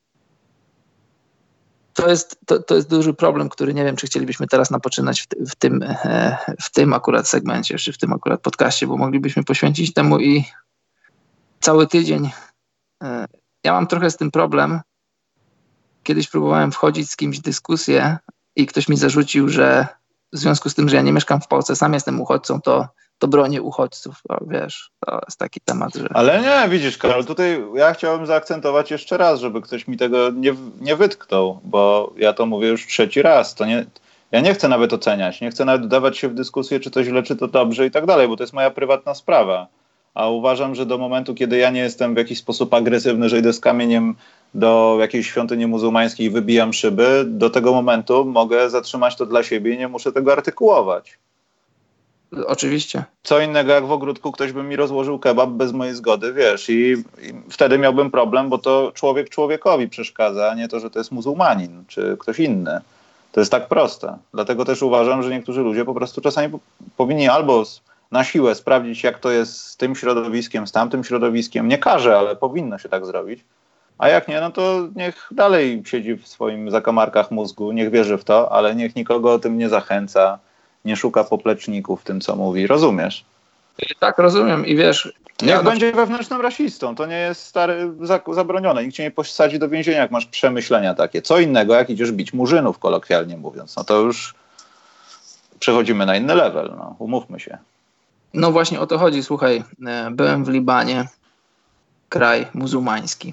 to, jest, to, to jest duży problem, który nie wiem, czy chcielibyśmy teraz napoczynać w, w, tym, e, w tym akurat segmencie, czy w tym akurat podcaście, bo moglibyśmy poświęcić temu i cały tydzień. E, ja mam trochę z tym problem. Kiedyś próbowałem wchodzić z kimś w dyskusję i ktoś mi zarzucił, że w związku z tym, że ja nie mieszkam w Polsce, sam jestem uchodźcą, to, to bronię uchodźców. O, wiesz, to jest taki temat, że... Ale nie, widzisz, Karol, tutaj ja chciałbym zaakcentować jeszcze raz, żeby ktoś mi tego nie, nie wytknął, bo ja to mówię już trzeci raz. To nie, ja nie chcę nawet oceniać, nie chcę nawet dawać się w dyskusję, czy to źle, czy to dobrze i tak dalej, bo to jest moja prywatna sprawa. A uważam, że do momentu, kiedy ja nie jestem w jakiś sposób agresywny, że idę z kamieniem do jakiejś świątyni muzułmańskiej i wybijam szyby, do tego momentu mogę zatrzymać to dla siebie i nie muszę tego artykułować. Oczywiście. Co innego, jak w ogródku ktoś by mi rozłożył kebab bez mojej zgody, wiesz, i, i wtedy miałbym problem, bo to człowiek człowiekowi przeszkadza, a nie to, że to jest muzułmanin czy ktoś inny. To jest tak proste. Dlatego też uważam, że niektórzy ludzie po prostu czasami po, powinni albo na siłę sprawdzić, jak to jest z tym środowiskiem, z tamtym środowiskiem. Nie każę, ale powinno się tak zrobić. A jak nie, no to niech dalej siedzi w swoim zakamarkach mózgu, niech wierzy w to, ale niech nikogo o tym nie zachęca, nie szuka popleczników w tym, co mówi. Rozumiesz? Tak, rozumiem i wiesz... Niech ja będzie wewnętrznym rasistą. To nie jest stary zabronione. Nikt cię nie posadzi do więzienia, jak masz przemyślenia takie. Co innego, jak idziesz bić murzynów, kolokwialnie mówiąc. No to już przechodzimy na inny level. No, umówmy się. No właśnie o to chodzi. Słuchaj, byłem w Libanie, kraj muzułmański.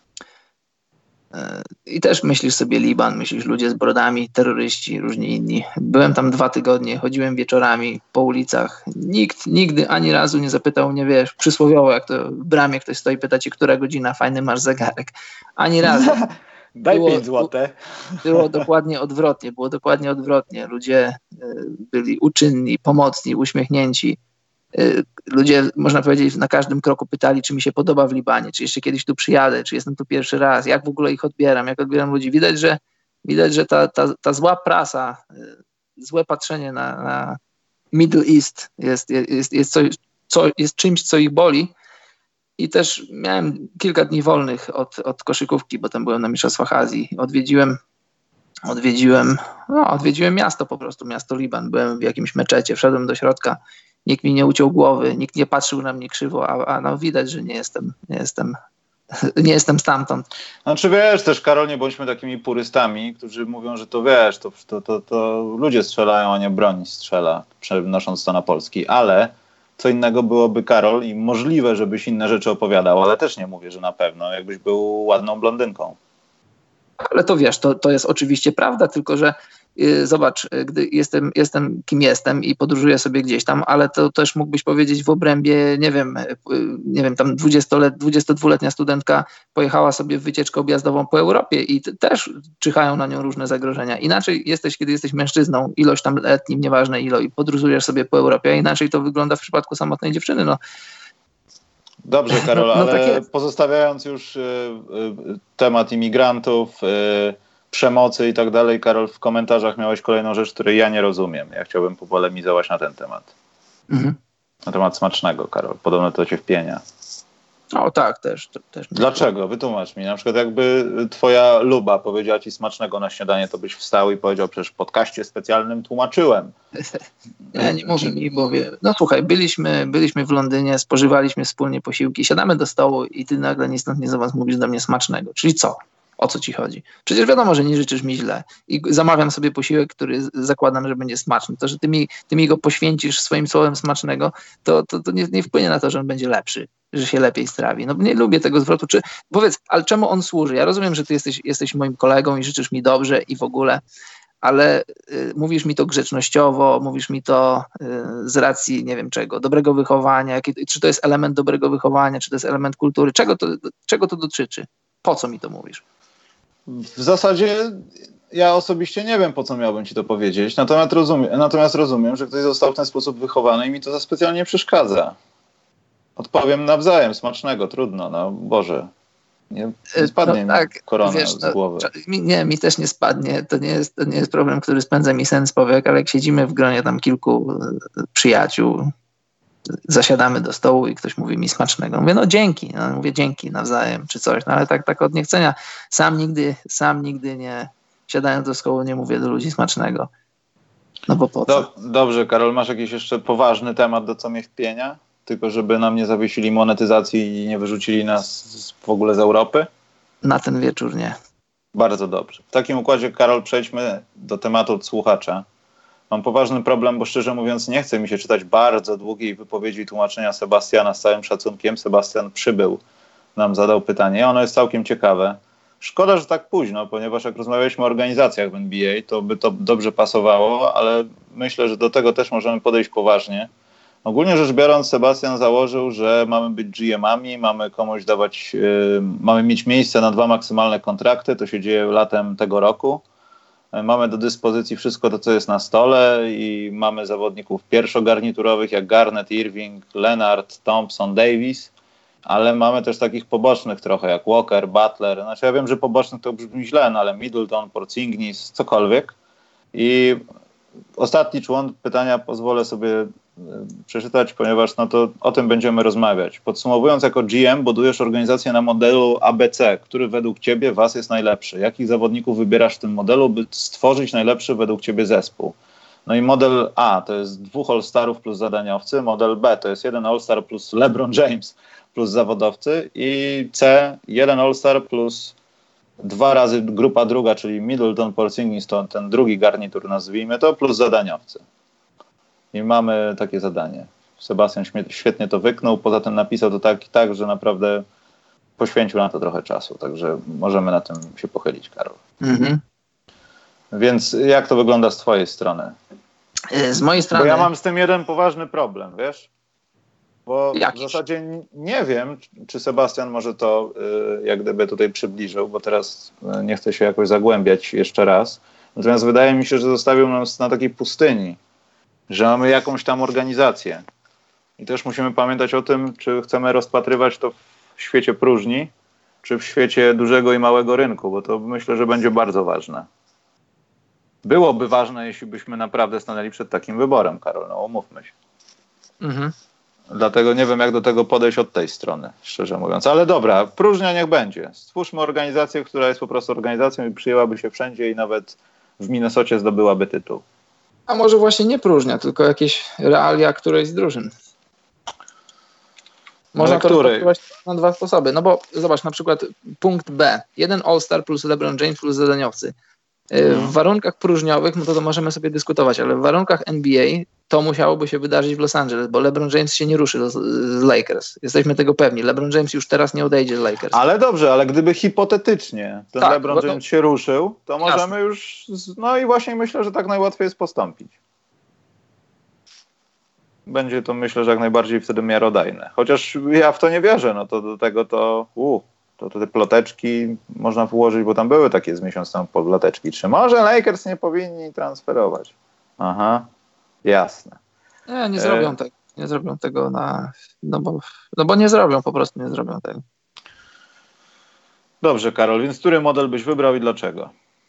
I też myślisz sobie Liban, myślisz ludzie z brodami, terroryści, różni inni. Byłem tam dwa tygodnie, chodziłem wieczorami po ulicach. Nikt nigdy ani razu nie zapytał mnie, wiesz, przysłowiowo, jak to w bramie ktoś stoi, pyta ci, która godzina, fajny masz zegarek. Ani razu. Daj było, pięć złotych. Było dokładnie odwrotnie, było dokładnie odwrotnie. Ludzie byli uczynni, pomocni, uśmiechnięci. Ludzie, można powiedzieć, na każdym kroku pytali, czy mi się podoba w Libanie, czy jeszcze kiedyś tu przyjadę, czy jestem tu pierwszy raz, jak w ogóle ich odbieram, jak odbieram ludzi. Widać, że, widać, że ta, ta, ta zła prasa, złe patrzenie na, na Middle East jest, jest, jest, coś, co, jest czymś, co ich boli. I też miałem kilka dni wolnych od, od koszykówki, bo tam byłem na Mistrzostwach Azji. Odwiedziłem, odwiedziłem, no, odwiedziłem miasto po prostu, miasto Liban. Byłem w jakimś meczecie, wszedłem do środka. Nikt mi nie uciął głowy, nikt nie patrzył na mnie krzywo, a, a no widać, że nie jestem, nie jestem, nie jestem stamtąd. Znaczy wiesz też, Karol, nie bądźmy takimi purystami, którzy mówią, że to wiesz, to, to, to, to ludzie strzelają, a nie broń strzela, przenosząc to na polski, ale co innego byłoby, Karol, i możliwe, żebyś inne rzeczy opowiadał, ale też nie mówię, że na pewno, jakbyś był ładną blondynką. Ale to wiesz, to, to jest oczywiście prawda, tylko że yy, zobacz, gdy jestem, jestem kim jestem i podróżuję sobie gdzieś tam, ale to też mógłbyś powiedzieć w obrębie, nie wiem, yy, nie wiem, tam dwudziestodwuletnia studentka pojechała sobie w wycieczkę objazdową po Europie i t- też czyhają na nią różne zagrożenia. Inaczej jesteś, kiedy jesteś mężczyzną, ilość tam letnim, nieważne ilo, i podróżujesz sobie po Europie, a inaczej to wygląda w przypadku samotnej dziewczyny. No. Dobrze, Karol, no, no ale tak pozostawiając już y, y, temat imigrantów, y, przemocy i tak dalej, Karol, w komentarzach miałeś kolejną rzecz, której ja nie rozumiem. Ja chciałbym popolemizować na ten temat. Mhm. Na temat smacznego, Karol. Podobno to cię wpienia. O tak, też. To, też Dlaczego? Wytłumacz mi. Na przykład jakby twoja Luba powiedziała ci smacznego na śniadanie, to byś wstał i powiedział, przecież w podcaście specjalnym tłumaczyłem. Ja nie mówię mi, bo wie, no słuchaj, byliśmy, byliśmy w Londynie, spożywaliśmy wspólnie posiłki, siadamy do stołu i ty nagle ni stąd, ni zowąd mówisz do mnie smacznego. Czyli co? O co ci chodzi? Przecież wiadomo, że nie życzysz mi źle i zamawiam sobie posiłek, który zakładam, że będzie smaczny. To, że ty mi, ty mi go poświęcisz swoim słowem smacznego, to, to, to nie, nie wpłynie na to, że on będzie lepszy, że się lepiej strawi. No nie lubię tego zwrotu. Czy, powiedz, ale czemu on służy? Ja rozumiem, że ty jesteś, jesteś moim kolegą i życzysz mi dobrze i w ogóle, ale y, mówisz mi to grzecznościowo, mówisz mi to y, z racji, nie wiem czego, dobrego wychowania, jakie, czy to jest element dobrego wychowania, czy to jest element kultury, czego to, czego to dotyczy? Po co mi to mówisz? W zasadzie ja osobiście nie wiem, po co miałbym ci to powiedzieć, natomiast rozumiem, natomiast rozumiem, że ktoś został w ten sposób wychowany i mi to za specjalnie przeszkadza. Odpowiem nawzajem, smacznego, trudno, no Boże. Nie, nie spadnie no, tak, mi korona wiesz, z głowy. No, nie, mi też nie spadnie. To nie, jest, to nie jest problem, który spędza mi sen z powiek, ale jak siedzimy w gronie tam kilku przyjaciół, zasiadamy do stołu i ktoś mówi mi smacznego. Mówię, no dzięki, no, mówię dzięki nawzajem, czy coś, no ale tak, tak od niechcenia. Sam nigdy, sam nigdy nie, siadając do stołu, nie mówię do ludzi smacznego. No bo po co? Do, dobrze, Karol, masz jakiś jeszcze poważny temat, do co mnie wpienia? Tylko żeby nam nie zawiesili monetyzacji i nie wyrzucili nas w ogóle z Europy? Na ten wieczór nie. Bardzo dobrze. W takim układzie, Karol, przejdźmy do tematu od słuchacza. Mam poważny problem, bo szczerze mówiąc nie chce mi się czytać bardzo długiej wypowiedzi i tłumaczenia Sebastiana z całym szacunkiem. Sebastian przybył, nam zadał pytanie. Ono jest całkiem ciekawe. Szkoda, że tak późno, ponieważ jak rozmawialiśmy o organizacjach w N B A, to by to dobrze pasowało, ale myślę, że do tego też możemy podejść poważnie. Ogólnie rzecz biorąc, Sebastian założył, że mamy być G M-ami, mamy komuś dawać, yy, mamy mieć miejsce na dwa maksymalne kontrakty, to się dzieje latem tego roku. Yy, mamy do dyspozycji wszystko to, co jest na stole i mamy zawodników pierwszogarniturowych jak Garnett, Irving, Leonard, Thompson, Davis, ale mamy też takich pobocznych trochę jak Walker, Butler. Znaczy ja wiem, że pobocznych to brzmi źle, no ale Middleton, Porzingis, cokolwiek. I ostatni człon pytania pozwolę sobie przeczytać, ponieważ no to o tym będziemy rozmawiać. Podsumowując, jako G M budujesz organizację na modelu A B C, który według ciebie was jest najlepszy. Jakich zawodników wybierasz w tym modelu, by stworzyć najlepszy według ciebie zespół? No i model A to jest dwóch All-Starów plus zadaniowcy, model B to jest jeden All-Star plus LeBron James plus zawodowcy i C jeden All-Star plus dwa razy grupa druga, czyli Middleton, Porzingis, to ten drugi garnitur nazwijmy to, plus zadaniowcy. I mamy takie zadanie. Sebastian świetnie to wyknął, poza tym napisał to tak i tak, że naprawdę poświęcił na to trochę czasu, także możemy na tym się pochylić, Karol. Mhm. Więc jak to wygląda z twojej strony? Z mojej strony... Bo ja mam z tym jeden poważny problem, wiesz? Bo Jakiś? w zasadzie nie wiem, czy Sebastian może to y, jak gdyby tutaj przybliżył, bo teraz y, nie chcę się jakoś zagłębiać jeszcze raz. Natomiast wydaje mi się, że zostawił nas na takiej pustyni, że mamy jakąś tam organizację. I też musimy pamiętać o tym, czy chcemy rozpatrywać to w świecie próżni, czy w świecie dużego i małego rynku, bo to myślę, że będzie bardzo ważne. Byłoby ważne, jeśli byśmy naprawdę stanęli przed takim wyborem, Karol, no umówmy się. Mhm. Dlatego nie wiem, jak do tego podejść od tej strony, szczerze mówiąc. Ale dobra, próżnia niech będzie. Stwórzmy organizację, która jest po prostu organizacją i przyjęłaby się wszędzie i nawet w Minnesocie zdobyłaby tytuł. A może właśnie nie próżnia, tylko jakieś realia którejś z drużyn. Można to rozpatrywać na dwa sposoby. No bo zobacz, na przykład punkt B. Jeden All-Star plus LeBron James plus zadaniowcy. Hmm. W warunkach próżniowych, no to, to możemy sobie dyskutować, ale w warunkach N B A to musiałoby się wydarzyć w Los Angeles, bo LeBron James się nie ruszy z, z Lakers. Jesteśmy tego pewni. LeBron James już teraz nie odejdzie z Lakers. Ale dobrze, ale gdyby hipotetycznie ten tak, LeBron James to... się ruszył, to Jasne. możemy już... No i właśnie myślę, że tak najłatwiej jest postąpić. Będzie to, myślę, że jak najbardziej wtedy miarodajne. Chociaż ja w to nie wierzę, no to do tego to... Uh. To te ploteczki można włożyć, bo tam były takie z miesiąc temu ploteczki. Czy może Lakers nie powinni transferować? Aha, jasne. Nie, nie zrobią e... tak. Nie zrobią tego na... No bo, no bo nie zrobią, po prostu nie zrobią tego. Dobrze, Karol, więc który model byś wybrał i dlaczego?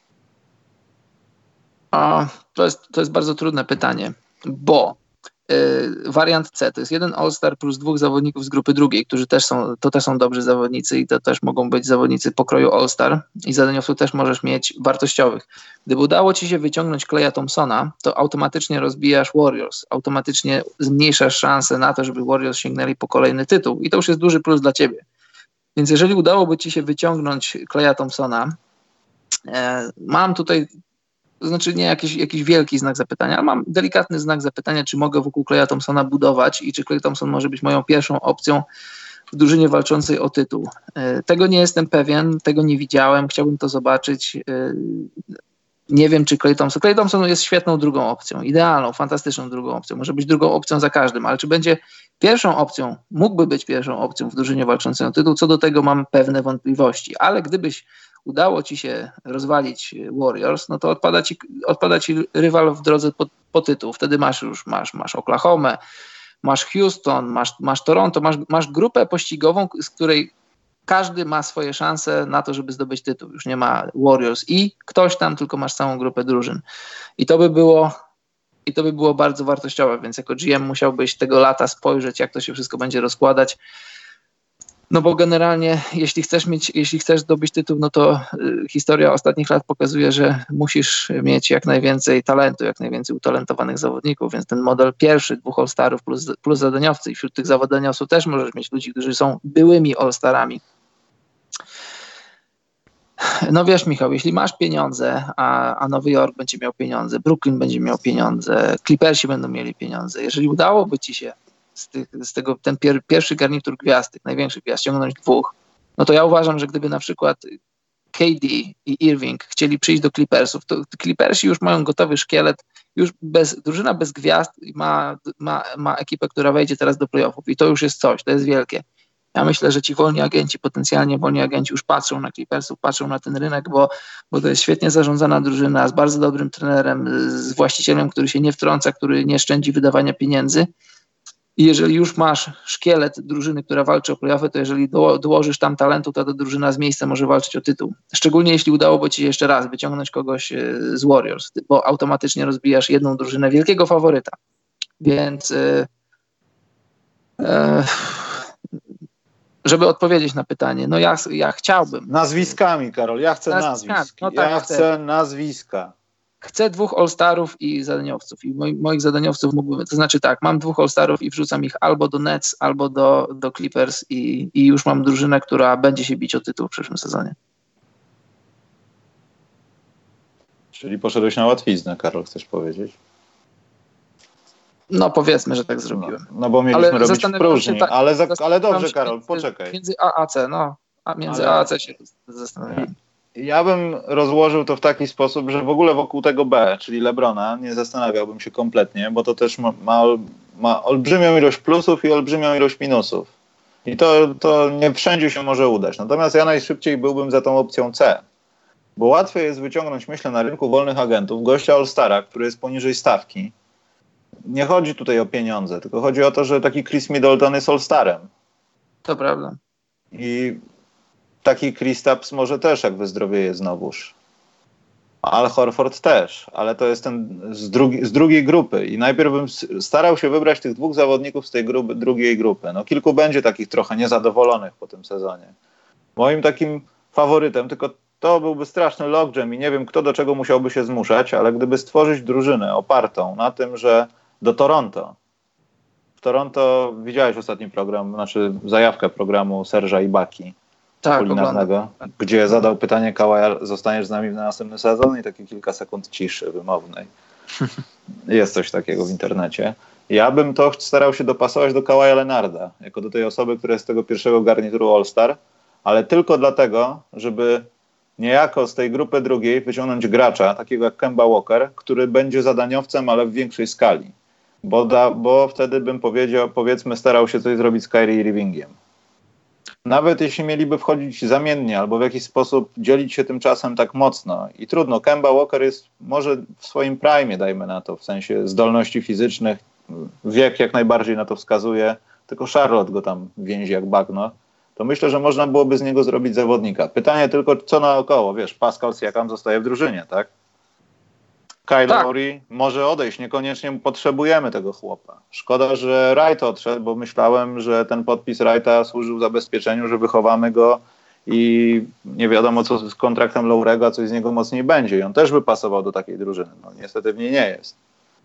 A, to jest, to jest bardzo trudne pytanie, bo y, wariant C to jest jeden All-Star plus dwóch zawodników z grupy drugiej, którzy też są, to też są dobrzy zawodnicy i to też mogą być zawodnicy pokroju All-Star i zadaniowców też możesz mieć wartościowych. Gdyby udało ci się wyciągnąć Klaya Thompsona, to automatycznie rozbijasz Warriors, automatycznie zmniejszasz szanse na to, żeby Warriors sięgnęli po kolejny tytuł i to już jest duży plus dla ciebie. Więc jeżeli udałoby ci się wyciągnąć Klaya Thompsona, e, mam tutaj, to znaczy nie jakiś, jakiś wielki znak zapytania, ale mam delikatny znak zapytania, czy mogę wokół Klaya Thompsona budować i czy Klay Thompson może być moją pierwszą opcją w drużynie walczącej o tytuł. E, tego nie jestem pewien, tego nie widziałem, chciałbym to zobaczyć. E, nie wiem, czy Klay Thompson... Klay Thompson jest świetną drugą opcją, idealną, fantastyczną drugą opcją. Może być drugą opcją za każdym, ale czy będzie pierwszą opcją, mógłby być pierwszą opcją w drużynie walczącej o tytuł, co do tego mam pewne wątpliwości. Ale gdybyś udało ci się rozwalić Warriors, no to odpada ci, odpada ci rywal w drodze po, po tytuł. Wtedy masz już masz, masz Oklahomę, masz Houston, masz, masz Toronto, masz, masz grupę pościgową, z której każdy ma swoje szanse na to, żeby zdobyć tytuł. Już nie ma Warriors i ktoś tam, tylko masz całą grupę drużyn. I to by było, i to by było bardzo wartościowe, więc jako G M musiałbyś tego lata spojrzeć, jak to się wszystko będzie rozkładać. No bo generalnie, jeśli chcesz mieć, jeśli chcesz zdobyć tytuł, no to y, historia ostatnich lat pokazuje, że musisz mieć jak najwięcej talentu, jak najwięcej utalentowanych zawodników, więc ten model pierwszy, dwóch All-Starów plus, plus zadaniowcy i wśród tych zadaniowców też możesz mieć ludzi, którzy są byłymi All-Starami. No wiesz, Michał, jeśli masz pieniądze, a, a Nowy Jork będzie miał pieniądze, Brooklyn będzie miał pieniądze, Clippersi będą mieli pieniądze, jeżeli udałoby ci się z, tych, z tego ten pier, pierwszy garnitur gwiazd, tych największych gwiazd, ściągnąć dwóch, no to ja uważam, że gdyby na przykład K D i Irving chcieli przyjść do Clippersów, to Clippersi już mają gotowy szkielet, już bez, drużyna bez gwiazd ma, ma, ma ekipę, która wejdzie teraz do playoffów i to już jest coś, to jest wielkie. Ja myślę, że ci wolni agenci, potencjalnie wolni agenci już patrzą na Clippersów, patrzą na ten rynek, bo, bo to jest świetnie zarządzana drużyna z bardzo dobrym trenerem, z właścicielem, który się nie wtrąca, który nie szczędzi wydawania pieniędzy. I jeżeli już masz szkielet drużyny, która walczy o playoffy, to jeżeli do, dołożysz tam talentu, to ta drużyna z miejsca może walczyć o tytuł. Szczególnie jeśli udałoby ci jeszcze raz wyciągnąć kogoś z Warriors, bo automatycznie rozbijasz jedną drużynę wielkiego faworyta. Więc yy, yy, żeby odpowiedzieć na pytanie, no ja, ja chciałbym. Nazwiskami, Karol, ja chcę Nazwiskami. nazwisk. No tak, ja chcę. chcę nazwiska. Chcę dwóch All-Starów i zadaniowców. I moi, moich zadaniowców mógłbym, to znaczy tak, mam dwóch All-Starów i wrzucam ich albo do Nets, albo do, do Clippers i, i już mam drużynę, która będzie się bić o tytuł w przyszłym sezonie. Czyli poszedłeś na łatwiznę, Karol, chcesz powiedzieć? No powiedzmy, że tak zrobiłem. No, no bo mieliśmy ale robić w próżni, tak, ale, za, ale dobrze, się Karol, między, poczekaj. Między A a C, no. A między ale... A a C się zastanawiam. Ja bym rozłożył to w taki sposób, że w ogóle wokół tego B, czyli LeBrona, nie zastanawiałbym się kompletnie, bo to też ma, ma, ma olbrzymią ilość plusów i olbrzymią ilość minusów. I to, to nie wszędzie się może udać. Natomiast ja najszybciej byłbym za tą opcją C, bo łatwiej jest wyciągnąć, myślę, na rynku wolnych agentów gościa All-Stara, który jest poniżej stawki. Nie chodzi tutaj o pieniądze, tylko chodzi o to, że taki Chris Middleton jest All-Starem. To prawda. I taki Kristaps może też, jak wyzdrowieje znowuż. Al Horford też, ale to jest ten z, drugi, z drugiej grupy. I najpierw bym starał się wybrać tych dwóch zawodników z tej grupy, drugiej grupy. No kilku będzie takich trochę niezadowolonych po tym sezonie. Moim takim faworytem, tylko to byłby straszny logjam i nie wiem, kto do czego musiałby się zmuszać, ale gdyby stworzyć drużynę opartą na tym, że do Toronto. W Toronto widziałeś ostatni program, znaczy zajawkę programu Serge'a Ibaki. Tak, kulinarnego, gdzie zadał pytanie Kawaja, zostaniesz z nami na następny sezon? I takie kilka sekund ciszy wymownej. Jest coś takiego w internecie. Ja bym to starał się dopasować do Kawaja Leonarda, jako do tej osoby, która jest z tego pierwszego garnituru All-Star, ale tylko dlatego, żeby niejako z tej grupy drugiej wyciągnąć gracza, takiego jak Kemba Walker, który będzie zadaniowcem, ale w większej skali. Bo, da, bo wtedy bym powiedział, powiedzmy, starał się coś zrobić z Kyrie Irvingiem. Nawet jeśli mieliby wchodzić zamiennie albo w jakiś sposób dzielić się tym czasem tak mocno. I trudno, Kemba Walker jest może w swoim prime, dajmy na to, w sensie zdolności fizycznych, wiek jak najbardziej na to wskazuje, tylko Charlotte go tam więzi jak bagno, to myślę, że można byłoby z niego zrobić zawodnika. Pytanie tylko, co naokoło, wiesz, Pascal Siakam zostaje w drużynie, tak? Kyle Tak. Lowry może odejść, niekoniecznie potrzebujemy tego chłopa. Szkoda, że Wright odszedł, bo myślałem, że ten podpis Wrighta służył zabezpieczeniu, że wychowamy go i nie wiadomo co z kontraktem Lowrego, a coś z niego mocniej będzie. I on też by pasował do takiej drużyny. No niestety w niej nie jest.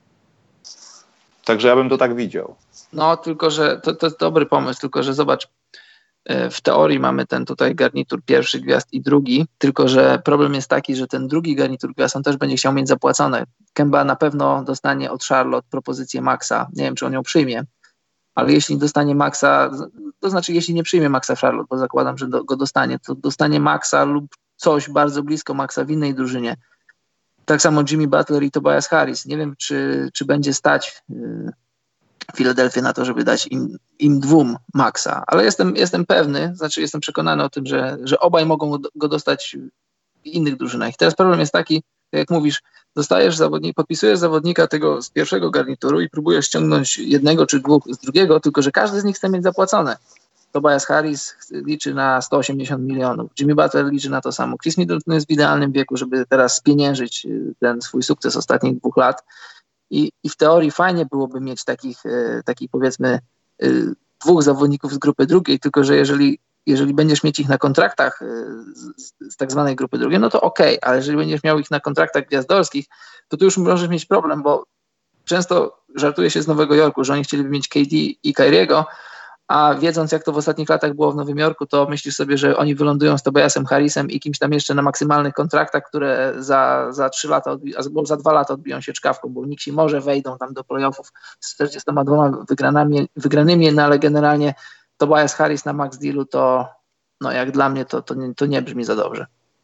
Także ja bym to tak widział. No, tylko że to, to jest dobry pomysł, tylko że zobacz, w teorii mamy ten tutaj garnitur pierwszy gwiazd i drugi, tylko że problem jest taki, że ten drugi garnitur gwiazd on też będzie chciał mieć zapłacone. Kemba na pewno dostanie od Charlotte propozycję Maxa, nie wiem czy on ją przyjmie, ale jeśli dostanie Maxa, to znaczy jeśli nie przyjmie Maxa Charlotte, bo zakładam, że do, go dostanie, to dostanie Maxa lub coś bardzo blisko Maxa w innej drużynie. Tak samo Jimmy Butler i Tobias Harris. Nie wiem czy, czy będzie stać yy, Filadelfię na to, żeby dać im, im dwóm Maxa, ale jestem, jestem pewny, znaczy jestem przekonany o tym, że, że obaj mogą go dostać w innych drużynach. I teraz problem jest taki, jak mówisz, dostajesz zawodnika, podpisujesz zawodnika tego z pierwszego garnituru i próbujesz ściągnąć jednego czy dwóch z drugiego, tylko że każdy z nich chce mieć zapłacone. Tobias Harris liczy na sto osiemdziesiąt milionów, Jimmy Butler liczy na to samo. Chris Middleton jest w idealnym wieku, żeby teraz spieniężyć ten swój sukces ostatnich dwóch lat. I, I w teorii fajnie byłoby mieć takich, e, takich powiedzmy e, dwóch zawodników z grupy drugiej, tylko że jeżeli, jeżeli będziesz mieć ich na kontraktach e, z, z tak zwanej grupy drugiej, no to okej, okay, ale jeżeli będziesz miał ich na kontraktach gwiazdorskich, to tu już możesz mieć problem, bo często żartuje się z Nowego Jorku, że oni chcieliby mieć K D i Kyriego, a wiedząc jak to w ostatnich latach było w Nowym Jorku, to myślisz sobie, że oni wylądują z Tobiasem Harrisem i kimś tam jeszcze na maksymalnych kontraktach, które za, za trzy lata, odbi- albo za dwa lata odbiją się czkawką, bo Knicksi może wejdą tam do playoffów z czterdziestoma dwoma wygranymi, wygranymi, no ale generalnie Tobias Harris na max dealu to, no jak dla mnie to, to, nie, to nie brzmi za dobrze.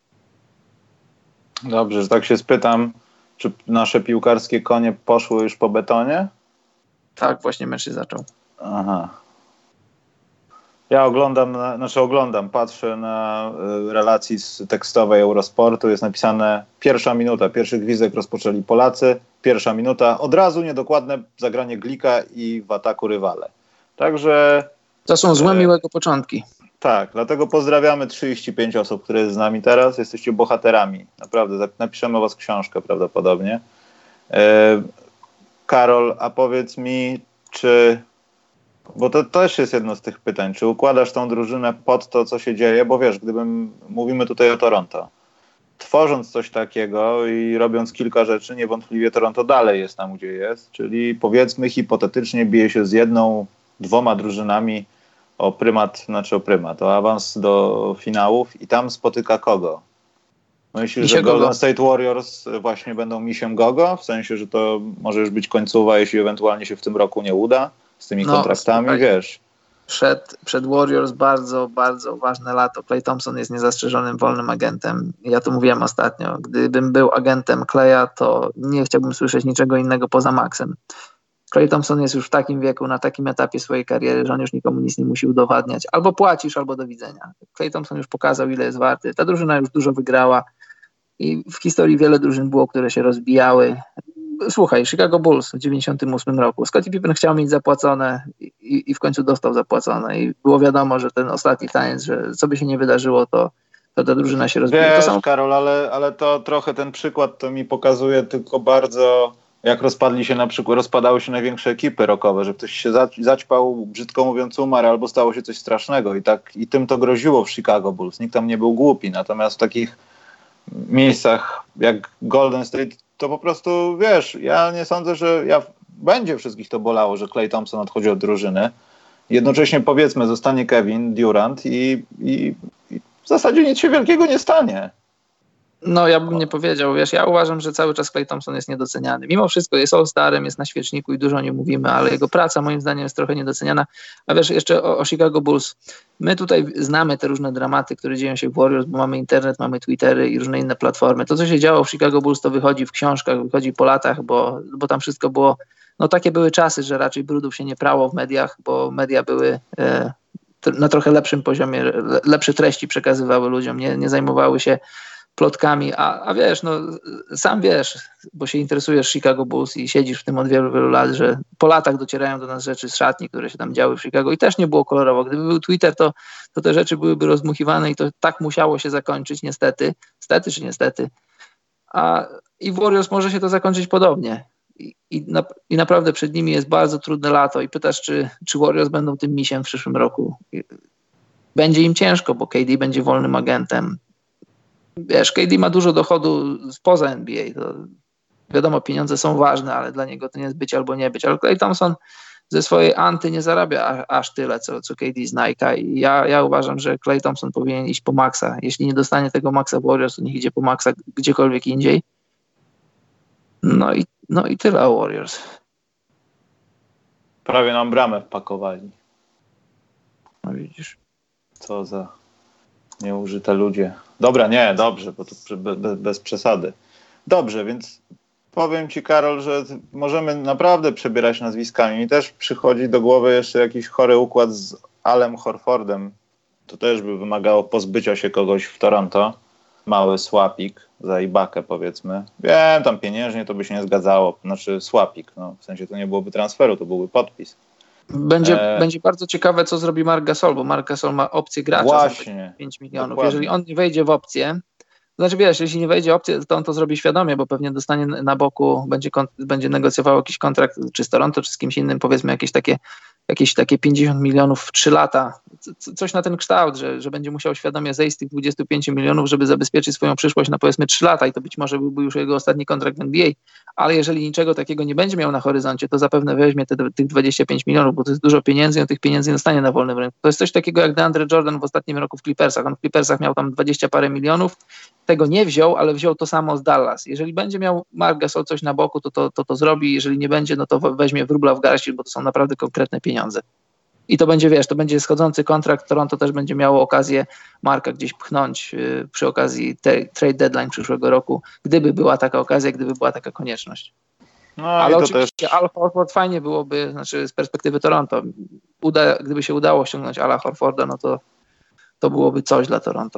Dobrze, że tak się spytam, czy nasze piłkarskie konie poszły już po betonie? Tak, właśnie mecz się zaczął. Aha. Ja oglądam, na, znaczy oglądam, patrzę na y, relacji z tekstowej Eurosportu, jest napisane pierwsza minuta, pierwszy gwizdek rozpoczęli Polacy, pierwsza minuta, od razu niedokładne zagranie Glika i w ataku rywale. Także... To są złe, e, miłego początki. Tak, dlatego pozdrawiamy trzydzieści pięć osób, które jest z nami teraz, jesteście bohaterami, naprawdę, napiszemy o was książkę prawdopodobnie. E, Karol, a powiedz mi, czy... Bo to też jest jedno z tych pytań. Czy układasz tą drużynę pod to, co się dzieje? Bo wiesz, gdybym... Mówimy tutaj o Toronto. Tworząc coś takiego i robiąc kilka rzeczy, niewątpliwie Toronto dalej jest tam, gdzie jest. Czyli powiedzmy hipotetycznie bije się z jedną, dwoma drużynami o prymat, znaczy o prymat, o awans do finałów i tam spotyka kogo? Myślisz, Misie że Golden Gogo. State Warriors właśnie będą misiem Gogo? W sensie, że to może już być końcowa, jeśli ewentualnie się w tym roku nie uda? Z tymi No, kontraktami, słuchaj, wiesz. Przed, przed Warriors bardzo, bardzo ważne lato. Klay Thompson jest niezastrzeżonym wolnym agentem. Ja to mówiłem ostatnio. Gdybym był agentem Klaya, to nie chciałbym słyszeć niczego innego poza Maxem. Klay Thompson jest już w takim wieku, na takim etapie swojej kariery, że on już nikomu nic nie musi udowadniać. Albo płacisz, albo do widzenia. Klay Thompson już pokazał, ile jest warty. Ta drużyna już dużo wygrała i w historii wiele drużyn było, które się rozbijały. Słuchaj, Chicago Bulls w dziewięćdziesiątym ósmym roku. Scottie Pippen chciał mieć zapłacone i, i w końcu dostał zapłacone. I było wiadomo, że ten ostatni taniec, że co by się nie wydarzyło, to, to ta drużyna się rozbije. Wiesz, To samo... Karol, ale, ale to trochę ten przykład to mi pokazuje tylko bardzo, jak rozpadli się na przykład, rozpadały się największe ekipy rockowe, że ktoś się zaćpał, brzydko mówiąc umarł, albo stało się coś strasznego. I tak i tym to groziło w Chicago Bulls. Nikt tam nie był głupi. Natomiast w takich miejscach jak Golden State to po prostu, wiesz, ja nie sądzę, że ja, będzie wszystkich to bolało, że Klay Thompson odchodzi od drużyny. Jednocześnie powiedzmy, zostanie Kevin Durant i, i, i w zasadzie nic się wielkiego nie stanie. No ja bym nie powiedział, wiesz, ja uważam, że cały czas Klay Thompson jest niedoceniany. Mimo wszystko jest all-starem, jest na świeczniku i dużo o nim mówimy, ale jego praca moim zdaniem jest trochę niedoceniana. A wiesz, jeszcze o, o Chicago Bulls. My tutaj znamy te różne dramaty, które dzieją się w Warriors, bo mamy internet, mamy Twittery i różne inne platformy. To, co się działo w Chicago Bulls, to wychodzi w książkach, wychodzi po latach, bo, bo tam wszystko było, no takie były czasy, że raczej brudów się nie prało w mediach, bo media były e, na trochę lepszym poziomie, lepsze treści przekazywały ludziom, nie, nie zajmowały się plotkami, a, a wiesz, no sam wiesz, bo się interesujesz Chicago Bulls i siedzisz w tym od wielu, wielu lat, że po latach docierają do nas rzeczy z szatni, które się tam działy w Chicago i też nie było kolorowo. Gdyby był Twitter, to, to te rzeczy byłyby rozdmuchiwane i to tak musiało się zakończyć, niestety, stety czy niestety. A i w Warriors może się to zakończyć podobnie. I, i, na, I naprawdę przed nimi jest bardzo trudne lato i pytasz, czy, czy Warriors będą tym misiem w przyszłym roku. I będzie im ciężko, bo K D będzie wolnym agentem. Wiesz, K D ma dużo dochodu spoza N B A. To wiadomo, pieniądze są ważne, ale dla niego to nie jest być albo nie być. Ale Klay Thompson ze swojej anty nie zarabia aż, aż tyle, co, co K D z Nike'a. I ja, ja uważam, że Klay Thompson powinien iść po maksa. Jeśli nie dostanie tego maksa w Warriors, to niech idzie po maksa gdziekolwiek indziej. No i, no i tyle o Warriors. Prawie nam bramę wpakowali. No widzisz. Co za nieużyte ludzie. Dobra, nie, dobrze, bo to bez, bez przesady. Dobrze, więc powiem ci, Karol, że możemy naprawdę przebierać nazwiskami. Mi też przychodzi do głowy jeszcze jakiś chory układ z Alem Horfordem. To też by wymagało pozbycia się kogoś w Toronto. Mały słapik za Ibakę, powiedzmy. Wiem, tam pieniężnie to by się nie zgadzało. Znaczy słapik, no, w sensie to nie byłoby transferu, to byłby podpis. Będzie, e... będzie bardzo ciekawe, co zrobi Marc Gasol, bo Marc Gasol ma opcję gracza Właśnie, za pięć milionów. Dokładnie. Jeżeli on nie wejdzie w opcję, to znaczy wiesz, jeśli nie wejdzie w opcję, to on to zrobi świadomie, bo pewnie dostanie na boku, będzie, będzie negocjował jakiś kontrakt czy z Toronto, czy z kimś innym, powiedzmy jakieś takie, jakieś takie pięćdziesiąt milionów w trzy lata. Coś na ten kształt, że, że będzie musiał świadomie zejść z tych dwudziestu pięciu milionów, żeby zabezpieczyć swoją przyszłość na powiedzmy trzy lata i to być może byłby już jego ostatni kontrakt w N B A, ale jeżeli niczego takiego nie będzie miał na horyzoncie, to zapewne weźmie te, tych dwadzieścia pięć milionów, bo to jest dużo pieniędzy i on tych pieniędzy nie dostanie na wolnym rynku. To jest coś takiego jak DeAndre Jordan w ostatnim roku w Clippersach. On w Clippersach miał tam dwadzieścia parę milionów, tego nie wziął, ale wziął to samo z Dallas. Jeżeli będzie miał Marc Gasol coś na boku, to to, to to zrobi, jeżeli nie będzie, no to weźmie wróbla w garści, bo to są naprawdę konkretne pieniądze. I to będzie, wiesz, to będzie schodzący kontrakt. Toronto też będzie miało okazję Marka gdzieś pchnąć yy, przy okazji te, trade deadline przyszłego roku, gdyby była taka okazja, gdyby była taka konieczność. No, ale to oczywiście też... Al Horford fajnie byłoby, znaczy z perspektywy Toronto, uda, gdyby się udało ściągnąć Ala Horforda, no to, to byłoby coś dla Toronto.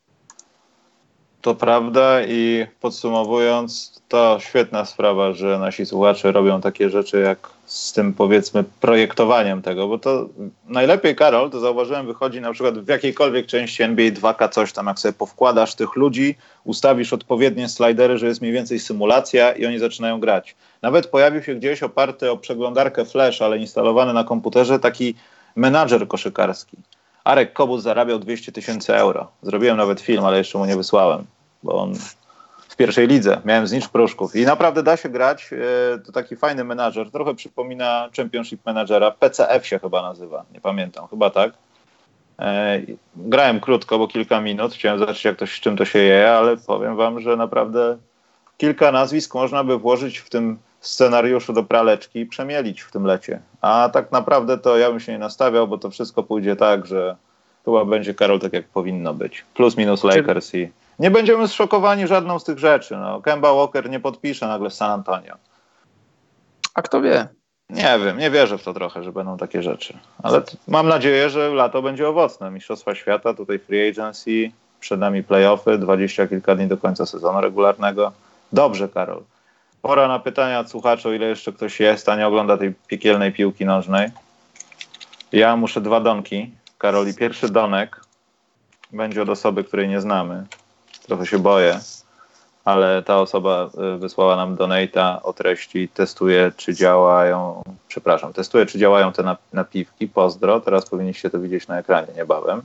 To prawda i podsumowując, to świetna sprawa, że nasi słuchacze robią takie rzeczy jak z tym, powiedzmy, projektowaniem tego, bo to najlepiej, Karol, to zauważyłem, wychodzi na przykład w jakiejkolwiek części N B A dwa K coś tam, jak sobie powkładasz tych ludzi, ustawisz odpowiednie slajdery, że jest mniej więcej symulacja i oni zaczynają grać. Nawet pojawił się gdzieś oparty o przeglądarkę Flash, ale instalowany na komputerze, taki menadżer koszykarski. Arek Kobus zarabiał dwieście tysięcy euro. Zrobiłem nawet film, ale jeszcze mu nie wysłałem, bo on w pierwszej lidze. Miałem znicz Pruszków. I naprawdę da się grać. To taki fajny menadżer. Trochę przypomina Championship Managera. P C F się chyba nazywa. Nie pamiętam. Chyba tak. Grałem krótko, bo kilka minut. Chciałem zobaczyć, jak to, z czym to się je, ale powiem wam, że naprawdę kilka nazwisk można by włożyć w tym scenariuszu do praleczki i przemielić w tym lecie. A tak naprawdę to ja bym się nie nastawiał, bo to wszystko pójdzie tak, że chyba będzie, Karol, tak jak powinno być. Plus minus Lakers i nie będziemy zszokowani żadną z tych rzeczy. No, Kemba Walker nie podpisze nagle w San Antonio. A kto wie? Nie wiem, nie wierzę w to trochę, że będą takie rzeczy. Ale t- mam nadzieję, że lato będzie owocne. Mistrzostwa Świata, tutaj free agency, przed nami playoffy, dwadzieścia kilka dni do końca sezonu regularnego. Dobrze, Karol. Pora na pytania od słuchaczy, o ile jeszcze ktoś jest, a nie ogląda tej piekielnej piłki nożnej. Ja muszę dwa donki. Karoli, pierwszy donek będzie od osoby, której nie znamy. Trochę się boję, ale ta osoba wysłała nam donate'a o treści testuje, czy działają, przepraszam, testuje, czy działają te napiwki. Pozdro, teraz powinniście to widzieć na ekranie niebawem.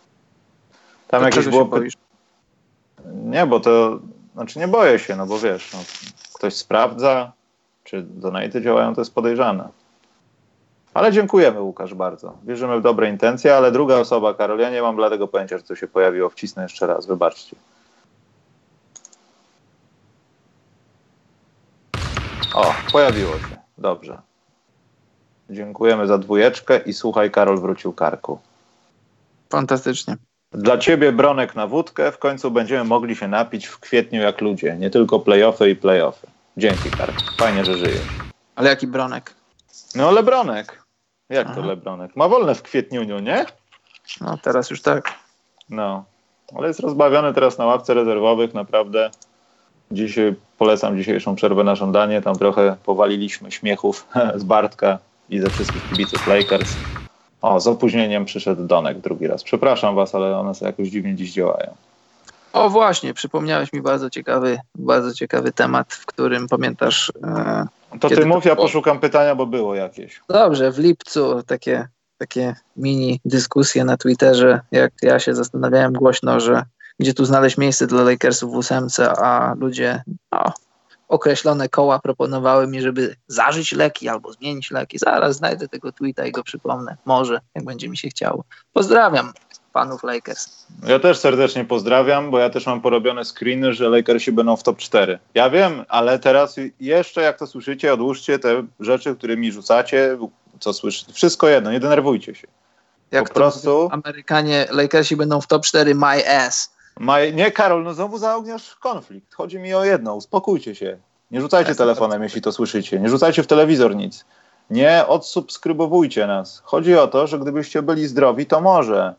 Tam jakieś było... Py... Nie, bo to... Znaczy nie boję się, no bo wiesz, no, ktoś sprawdza, czy donaty działają, to jest podejrzane. Ale dziękujemy, Łukasz, bardzo. Wierzymy w dobre intencje, ale druga osoba, Karol, ja nie mam bladego pojęcia, że co się pojawiło. Wcisnę jeszcze raz, wybaczcie. O, pojawiło się. Dobrze. Dziękujemy za dwójeczkę i słuchaj, Karol wrócił karku. Fantastycznie. Dla ciebie bronek na wódkę. W końcu będziemy mogli się napić w kwietniu jak ludzie. Nie tylko playoffy i playoffy. Dzięki, Karol. Fajnie, że żyjesz. Ale jaki bronek? No Lebronek. Jak Aha. to Lebronek? Ma wolne w kwietniuniu, nie? No teraz już tak. No. Ale jest rozbawiony teraz na ławce rezerwowych, naprawdę. Dzisiaj polecam dzisiejszą przerwę na żądanie. Tam trochę powaliliśmy śmiechów z Bartka i ze wszystkich kibiców Lakers. O, z opóźnieniem przyszedł Donek drugi raz. Przepraszam was, ale one sobie jakoś dziwnie dziś działają. O właśnie, przypomniałeś mi bardzo ciekawy, bardzo ciekawy temat, w którym pamiętasz... E, to ty mów, ja poszukam pytania, bo było jakieś. Dobrze, w lipcu takie, takie mini dyskusje na Twitterze, jak ja się zastanawiałem głośno, że gdzie tu znaleźć miejsce dla Lakersów w ósemce, a ludzie, no, określone koła proponowały mi, żeby zażyć leki albo zmienić leki. Zaraz znajdę tego tweeta i go przypomnę. Może, jak będzie mi się chciało. Pozdrawiam panów Lakers. Ja też serdecznie pozdrawiam, bo ja też mam porobione screeny, że Lakersi będą w top cztery. Ja wiem, ale teraz jeszcze jak to słyszycie, odłóżcie te rzeczy, którymi rzucacie, co słyszycie. Wszystko jedno, nie denerwujcie się. Jak po to prostu Amerykanie, Lakersi będą w top cztery, my ass. My... Nie, Karol, no znowu zaogniasz konflikt. Chodzi mi o jedno, uspokójcie się. Nie rzucajcie telefonem, jeśli to słyszycie. Nie rzucajcie w telewizor nic. Nie odsubskrybowujcie nas. Chodzi o to, że gdybyście byli zdrowi, to może.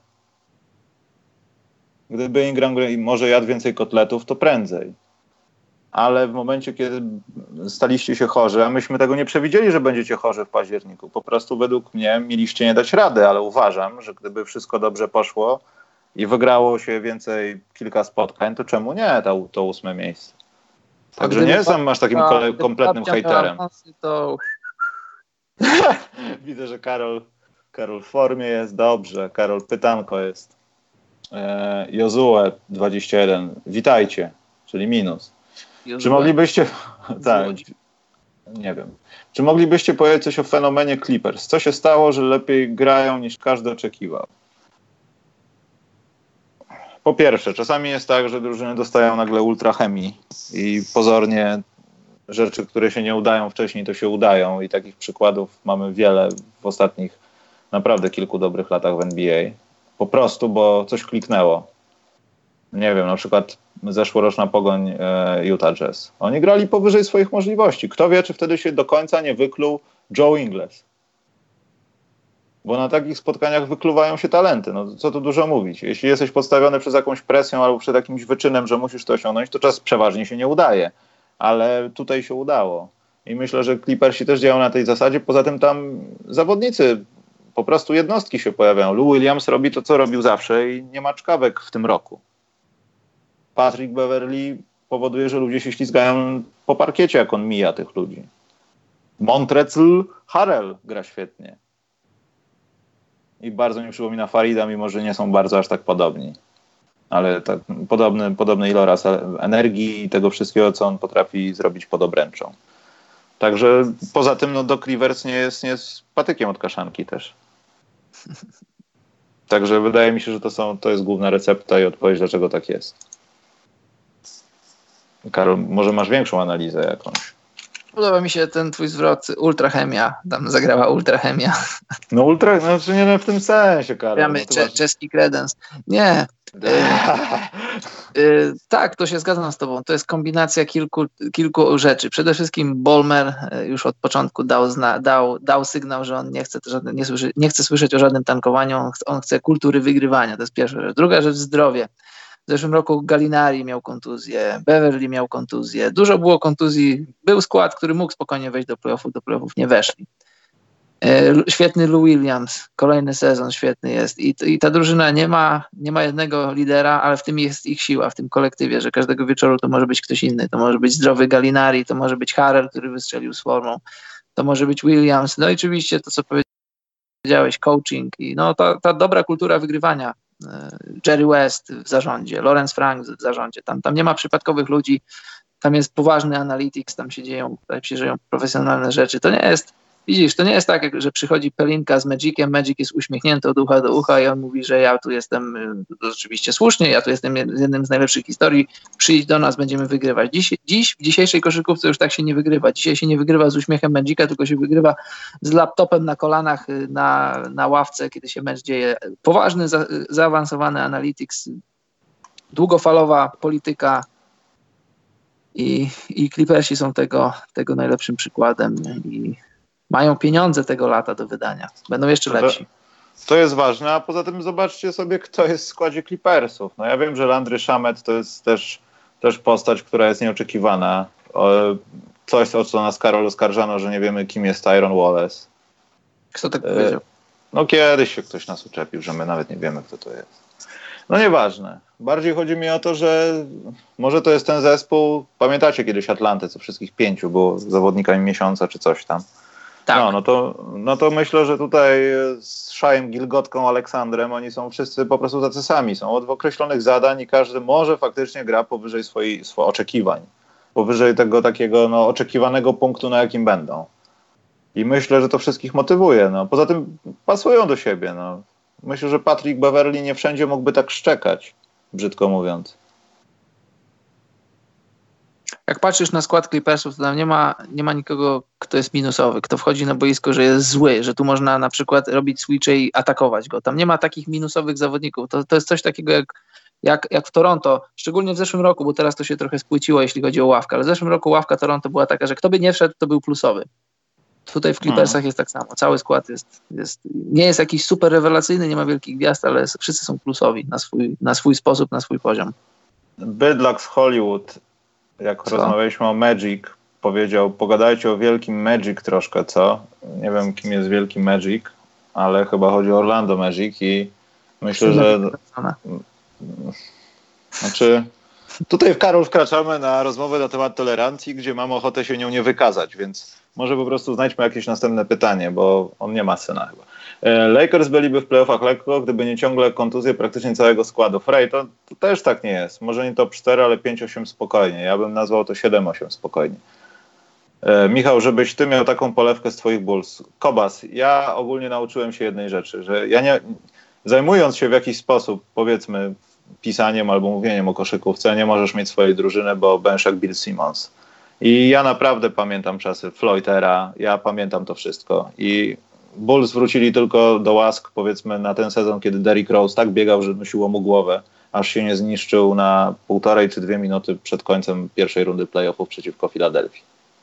Gdyby Ingram może jadł więcej kotletów, to prędzej. Ale w momencie, kiedy staliście się chorzy, a myśmy tego nie przewidzieli, że będziecie chorzy w październiku. Po prostu według mnie mieliście nie dać rady, ale uważam, że gdyby wszystko dobrze poszło i wygrało się więcej, kilka spotkań, to czemu nie to, to ósme miejsce? Także nie sam masz takim kole, kompletnym hejterem. To... Widzę, że Karol, Karol w formie jest dobrze. Karol, pytanko jest. E, Jozue dwadzieścia jeden. Witajcie, czyli minus. Jozue. Czy moglibyście... tak, nie wiem. Czy moglibyście powiedzieć coś o fenomenie Clippers? Co się stało, że lepiej grają niż każdy oczekiwał? Po pierwsze, czasami jest tak, że drużyny dostają nagle ultrachemii i pozornie rzeczy, które się nie udają wcześniej, to się udają i takich przykładów mamy wiele w ostatnich naprawdę kilku dobrych latach w N B A. Po prostu, bo coś kliknęło. Nie wiem, na przykład zeszłoroczna Pogoń e, Utah Jazz. Oni grali powyżej swoich możliwości. Kto wie, czy wtedy się do końca nie wykluł Joe Ingles. Bo na takich spotkaniach wykluwają się talenty. No co tu dużo mówić. Jeśli jesteś podstawiony przez jakąś presją albo przed jakimś wyczynem, że musisz to osiągnąć, to czas przeważnie się nie udaje. Ale tutaj się udało. I myślę, że Clippersi też działają na tej zasadzie. Poza tym tam zawodnicy, po prostu jednostki się pojawiają. Lou Williams robi to, co robił zawsze i nie ma czkawek w tym roku. Patrick Beverley powoduje, że ludzie się ślizgają po parkiecie, jak on mija tych ludzi. Montrezl Harrell gra świetnie. I bardzo mi przypomina Farida, mimo że nie są bardzo aż tak podobni. Ale tak, podobny, podobny iloraz energii i tego wszystkiego, co on potrafi zrobić pod obręczą. Także poza tym no, Doc Rivers nie jest, nie jest patykiem od kaszanki też. Także wydaje mi się, że to, są, to jest główna recepta i odpowiedź, dlaczego tak jest. Karol, może masz większą analizę jakąś? Podoba mi się ten twój zwrot ultrachemia. Tam zagrała ultrachemia. No ultra, znaczy nie w tym sensie, Karol. Mamy no cze- masz... czeski kredens. Nie. y, y, tak, to się zgadzam z tobą. To jest kombinacja kilku, kilku rzeczy. Przede wszystkim Ballmer już od początku dał, zna, dał, dał sygnał, że on nie chce, żadne, nie, słyszy, nie chce słyszeć o żadnym tankowaniu. On chce, on chce kultury wygrywania. To jest pierwsza rzecz. Druga rzecz, zdrowie. W zeszłym roku Gallinari miał kontuzję, Beverley miał kontuzję, dużo było kontuzji, był skład, który mógł spokojnie wejść do playoffów, do playoffów nie weszli. E, świetny Lou Williams, kolejny sezon świetny jest i, i ta drużyna nie ma, nie ma jednego lidera, ale w tym jest ich siła, w tym kolektywie, że każdego wieczoru to może być ktoś inny, to może być zdrowy Gallinari, to może być Harrell, który wystrzelił z formą, to może być Williams, no i oczywiście to, co powiedziałeś, coaching i no ta, ta dobra kultura wygrywania. Jerry West w zarządzie, Lawrence Frank w zarządzie. Tam, tam nie ma przypadkowych ludzi, tam jest poważny analytics, tam się dzieją, tam się dzieją profesjonalne rzeczy. To nie jest, widzisz, to nie jest tak, że przychodzi Pelinka z Magiciem, Magic jest uśmiechnięty od ucha do ucha i on mówi, że ja tu jestem, to oczywiście słusznie, ja tu jestem jednym z najlepszych historii, przyjdź do nas, będziemy wygrywać. Dziś, dziś w dzisiejszej koszykówce już tak się nie wygrywa. Dzisiaj się nie wygrywa z uśmiechem Magica, tylko się wygrywa z laptopem na kolanach na, na ławce, kiedy się mecz dzieje. Poważny, za, zaawansowany analytics, długofalowa polityka i, i Clippersi są tego, tego najlepszym przykładem i mają pieniądze tego lata do wydania. Będą jeszcze lepsi. To jest ważne, a poza tym zobaczcie sobie, kto jest w składzie Clippersów. No ja wiem, że Landry Shamet to jest też, też postać, która jest nieoczekiwana. Coś, o co nas Karol oskarżano, że nie wiemy, kim jest Tyrone Wallace. Kto tak powiedział? No kiedyś się ktoś nas uczepił, że my nawet nie wiemy, kto to jest. No nieważne. Bardziej chodzi mi o to, że może to jest ten zespół, pamiętacie kiedyś Atlantę, co wszystkich pięciu było zawodnikami miesiąca czy coś tam. Tak. No, no, to, no to myślę, że tutaj z Shajem Gilgotką, Aleksandrem, oni są wszyscy po prostu tacy sami. Są od określonych zadań i każdy może faktycznie gra powyżej swoich, swoich oczekiwań. Powyżej tego takiego no, oczekiwanego punktu, na jakim będą. I myślę, że to wszystkich motywuje. No. Poza tym pasują do siebie. No. Myślę, że Patrick Beverley nie wszędzie mógłby tak szczekać, brzydko mówiąc. Jak patrzysz na skład Clippersów, to tam nie ma, nie ma nikogo, kto jest minusowy, kto wchodzi na boisko, że jest zły, że tu można na przykład robić switche i atakować go. Tam nie ma takich minusowych zawodników. To, to jest coś takiego jak, jak, jak w Toronto, szczególnie w zeszłym roku, bo teraz to się trochę spłyciło, jeśli chodzi o ławkę, ale w zeszłym roku ławka Toronto była taka, że kto by nie wszedł, to był plusowy. Tutaj w Clippersach hmm. jest tak samo. Cały skład jest, jest, nie jest jakiś super rewelacyjny, nie ma wielkich gwiazd, ale wszyscy są plusowi na swój, na swój sposób, na swój poziom. Bydlak z Hollywood, jak co? rozmawialiśmy o Magic, powiedział, pogadajcie o wielkim Magic troszkę, co? Nie wiem, kim jest wielki Magic, ale chyba chodzi o Orlando Magic i myślę, że... Znaczy... Tutaj w Karol wkraczamy na rozmowę na temat tolerancji, gdzie mam ochotę się nią nie wykazać, więc może po prostu znajdźmy jakieś następne pytanie, bo on nie ma syna chyba. Lakers byliby w playoffach lekko, gdyby nie ciągle kontuzje praktycznie całego składu. Frey, to, to też tak nie jest. Może nie top cztery, ale pięć osiem spokojnie. Ja bym nazwał to siedem osiem spokojnie. E, Michał, żebyś ty miał taką polewkę z twoich Bulls. Kobas, ja ogólnie nauczyłem się jednej rzeczy, że ja nie, zajmując się w jakiś sposób, powiedzmy, pisaniem albo mówieniem o koszykówce, nie możesz mieć swojej drużyny, bo będziesz jak Bill Simmons. I ja naprawdę pamiętam czasy Floydera, ja pamiętam to wszystko. I Bulls wrócili tylko do łask, powiedzmy, na ten sezon, kiedy Derrick Rose tak biegał, że nosiło mu głowę, aż się nie zniszczył na półtorej czy dwie minuty przed końcem pierwszej rundy playoffów przeciwko Filadelfii.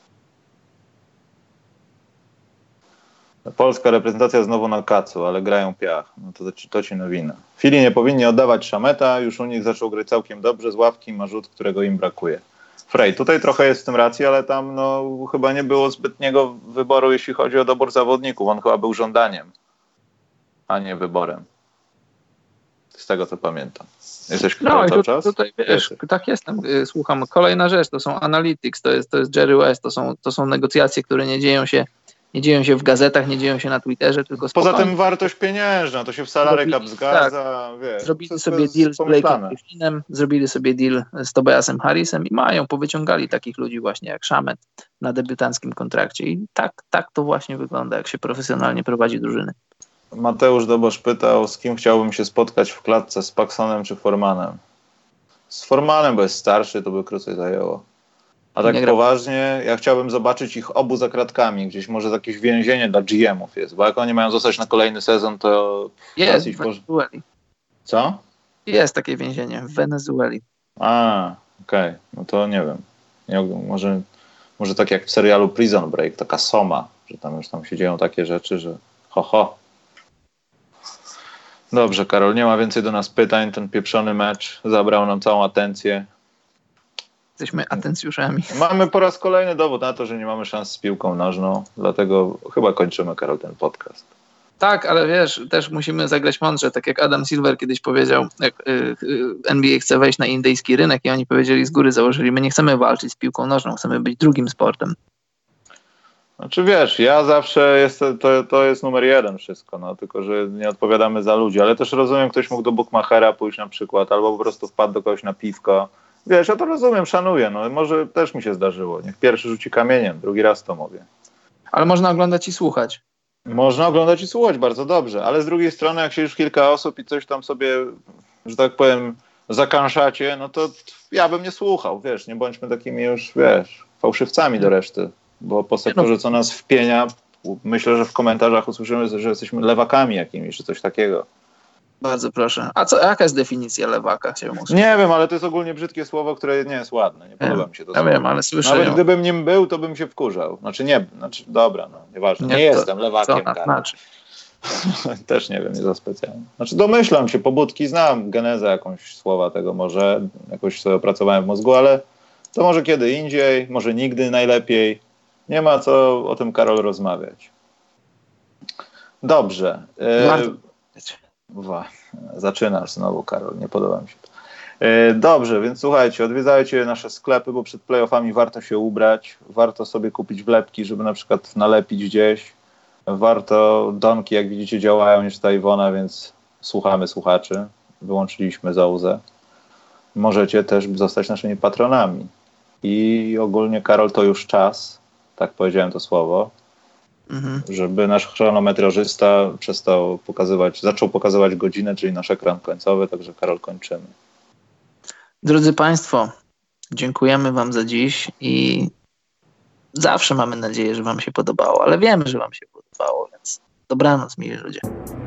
Polska reprezentacja znowu na kacu, ale grają piach. No to, to, to ci nowina. Fili nie powinni oddawać Szameta, już u nich zaczął grać całkiem dobrze, z ławki ma rzut, którego im brakuje. Frej, tutaj trochę jest w tym racji, ale tam no, chyba nie było zbytniego wyboru, jeśli chodzi o dobór zawodników. On chyba był żądaniem, a nie wyborem. Z tego, co pamiętam. Jesteś no, cały tu, czas? Tutaj, wiesz, tak jestem, słucham. Kolejna rzecz, to są analytics, to jest, to jest Jerry West, to są, to są negocjacje, które nie dzieją się Nie dzieją się w gazetach, nie dzieją się na Twitterze, tylko spokojnie. spokojnie. Poza tym wartość pieniężna, to się w salary cap zgadza. Tak. Wiesz, zrobili sobie deal z Blake'em Griffinem, zrobili sobie deal z Tobiasem Harrisem i mają, powyciągali takich ludzi właśnie jak Shamet na debiutanckim kontrakcie. I tak, tak to właśnie wygląda, jak się profesjonalnie prowadzi drużyny. Mateusz Dobosz pytał, z kim chciałbym się spotkać w klatce, z Paxsonem czy Formanem? Z Formanem, bo jest starszy, to by krócej zajęło. A tak poważnie, ja chciałbym zobaczyć ich obu za kratkami. Gdzieś może jakieś więzienie dla G M-ów jest, bo jak oni mają zostać na kolejny sezon, to... Jest, w Wenezueli. Co? Jest takie więzienie w Wenezueli. A, okej. Okay. No to nie wiem. Nie, może, może tak jak w serialu Prison Break, taka Soma, że tam już tam się dzieją takie rzeczy, że ho, ho. Dobrze, Karol, nie ma więcej do nas pytań. Ten pieprzony mecz zabrał nam całą atencję. Jesteśmy atencjuszami. Mamy po raz kolejny dowód na to, że nie mamy szans z piłką nożną, dlatego chyba kończymy, Karol, ten podcast. Tak, ale wiesz, też musimy zagrać mądrze, tak jak Adam Silver kiedyś powiedział, jak y, y, N B A chce wejść na indyjski rynek i oni powiedzieli z góry, założyli, my nie chcemy walczyć z piłką nożną, chcemy być drugim sportem. Znaczy wiesz, ja zawsze jestem, to, to jest numer jeden wszystko, no, tylko że nie odpowiadamy za ludzi, ale też rozumiem, ktoś mógł do bookmachera pójść na przykład, albo po prostu wpadł do kogoś na piwko. Wiesz, ja to rozumiem, szanuję, no może też mi się zdarzyło. Niech pierwszy rzuci kamieniem, drugi raz to mówię. Ale można oglądać i słuchać. Można oglądać i słuchać, bardzo dobrze, ale z drugiej strony, jak się już kilka osób i coś tam sobie, że tak powiem, zakanszacie, no to ja bym nie słuchał, wiesz, nie bądźmy takimi już, wiesz, fałszywcami do reszty, bo po sektorze, co nas wpienia, myślę, że w komentarzach usłyszymy, że jesteśmy lewakami jakimiś, czy coś takiego. Bardzo proszę. A co, jaka jest definicja lewaka? Nie wiem, ale to jest ogólnie brzydkie słowo, które nie jest ładne. Nie podoba ja, mi się to ja słowo. Wiem, ale słyszę Nawet ją. gdybym nim był, to bym się wkurzał. Znaczy nie, znaczy dobra, no nieważne. Nie, nie jestem lewakiem. Co znaczy? Też nie wiem, nie za specjalnie. Znaczy domyślam się, pobudki znam, genezę jakąś słowa tego może, jakoś sobie opracowałem w mózgu, ale to może kiedy indziej, może nigdy najlepiej. Nie ma co o tym, Karol, rozmawiać. Dobrze. Wa, zaczynasz znowu, Karol, nie podoba mi się to. Dobrze, więc słuchajcie, odwiedzajcie nasze sklepy, bo przed playoffami warto się ubrać, warto sobie kupić wlepki, żeby na przykład nalepić gdzieś. Warto, donki, jak widzicie, działają, nie czyta Iwona, więc słuchamy słuchaczy. Wyłączyliśmy Zauzę. Możecie też zostać naszymi patronami. I ogólnie, Karol, to już czas, tak powiedziałem to słowo, mhm. żeby nasz chronometrażysta przestał pokazywać, zaczął pokazywać godzinę, czyli nasz ekran końcowy, także, Karol, kończymy. Drodzy Państwo, dziękujemy Wam za dziś i zawsze mamy nadzieję, że Wam się podobało, ale wiemy, że Wam się podobało, więc dobranoc, mili ludzie.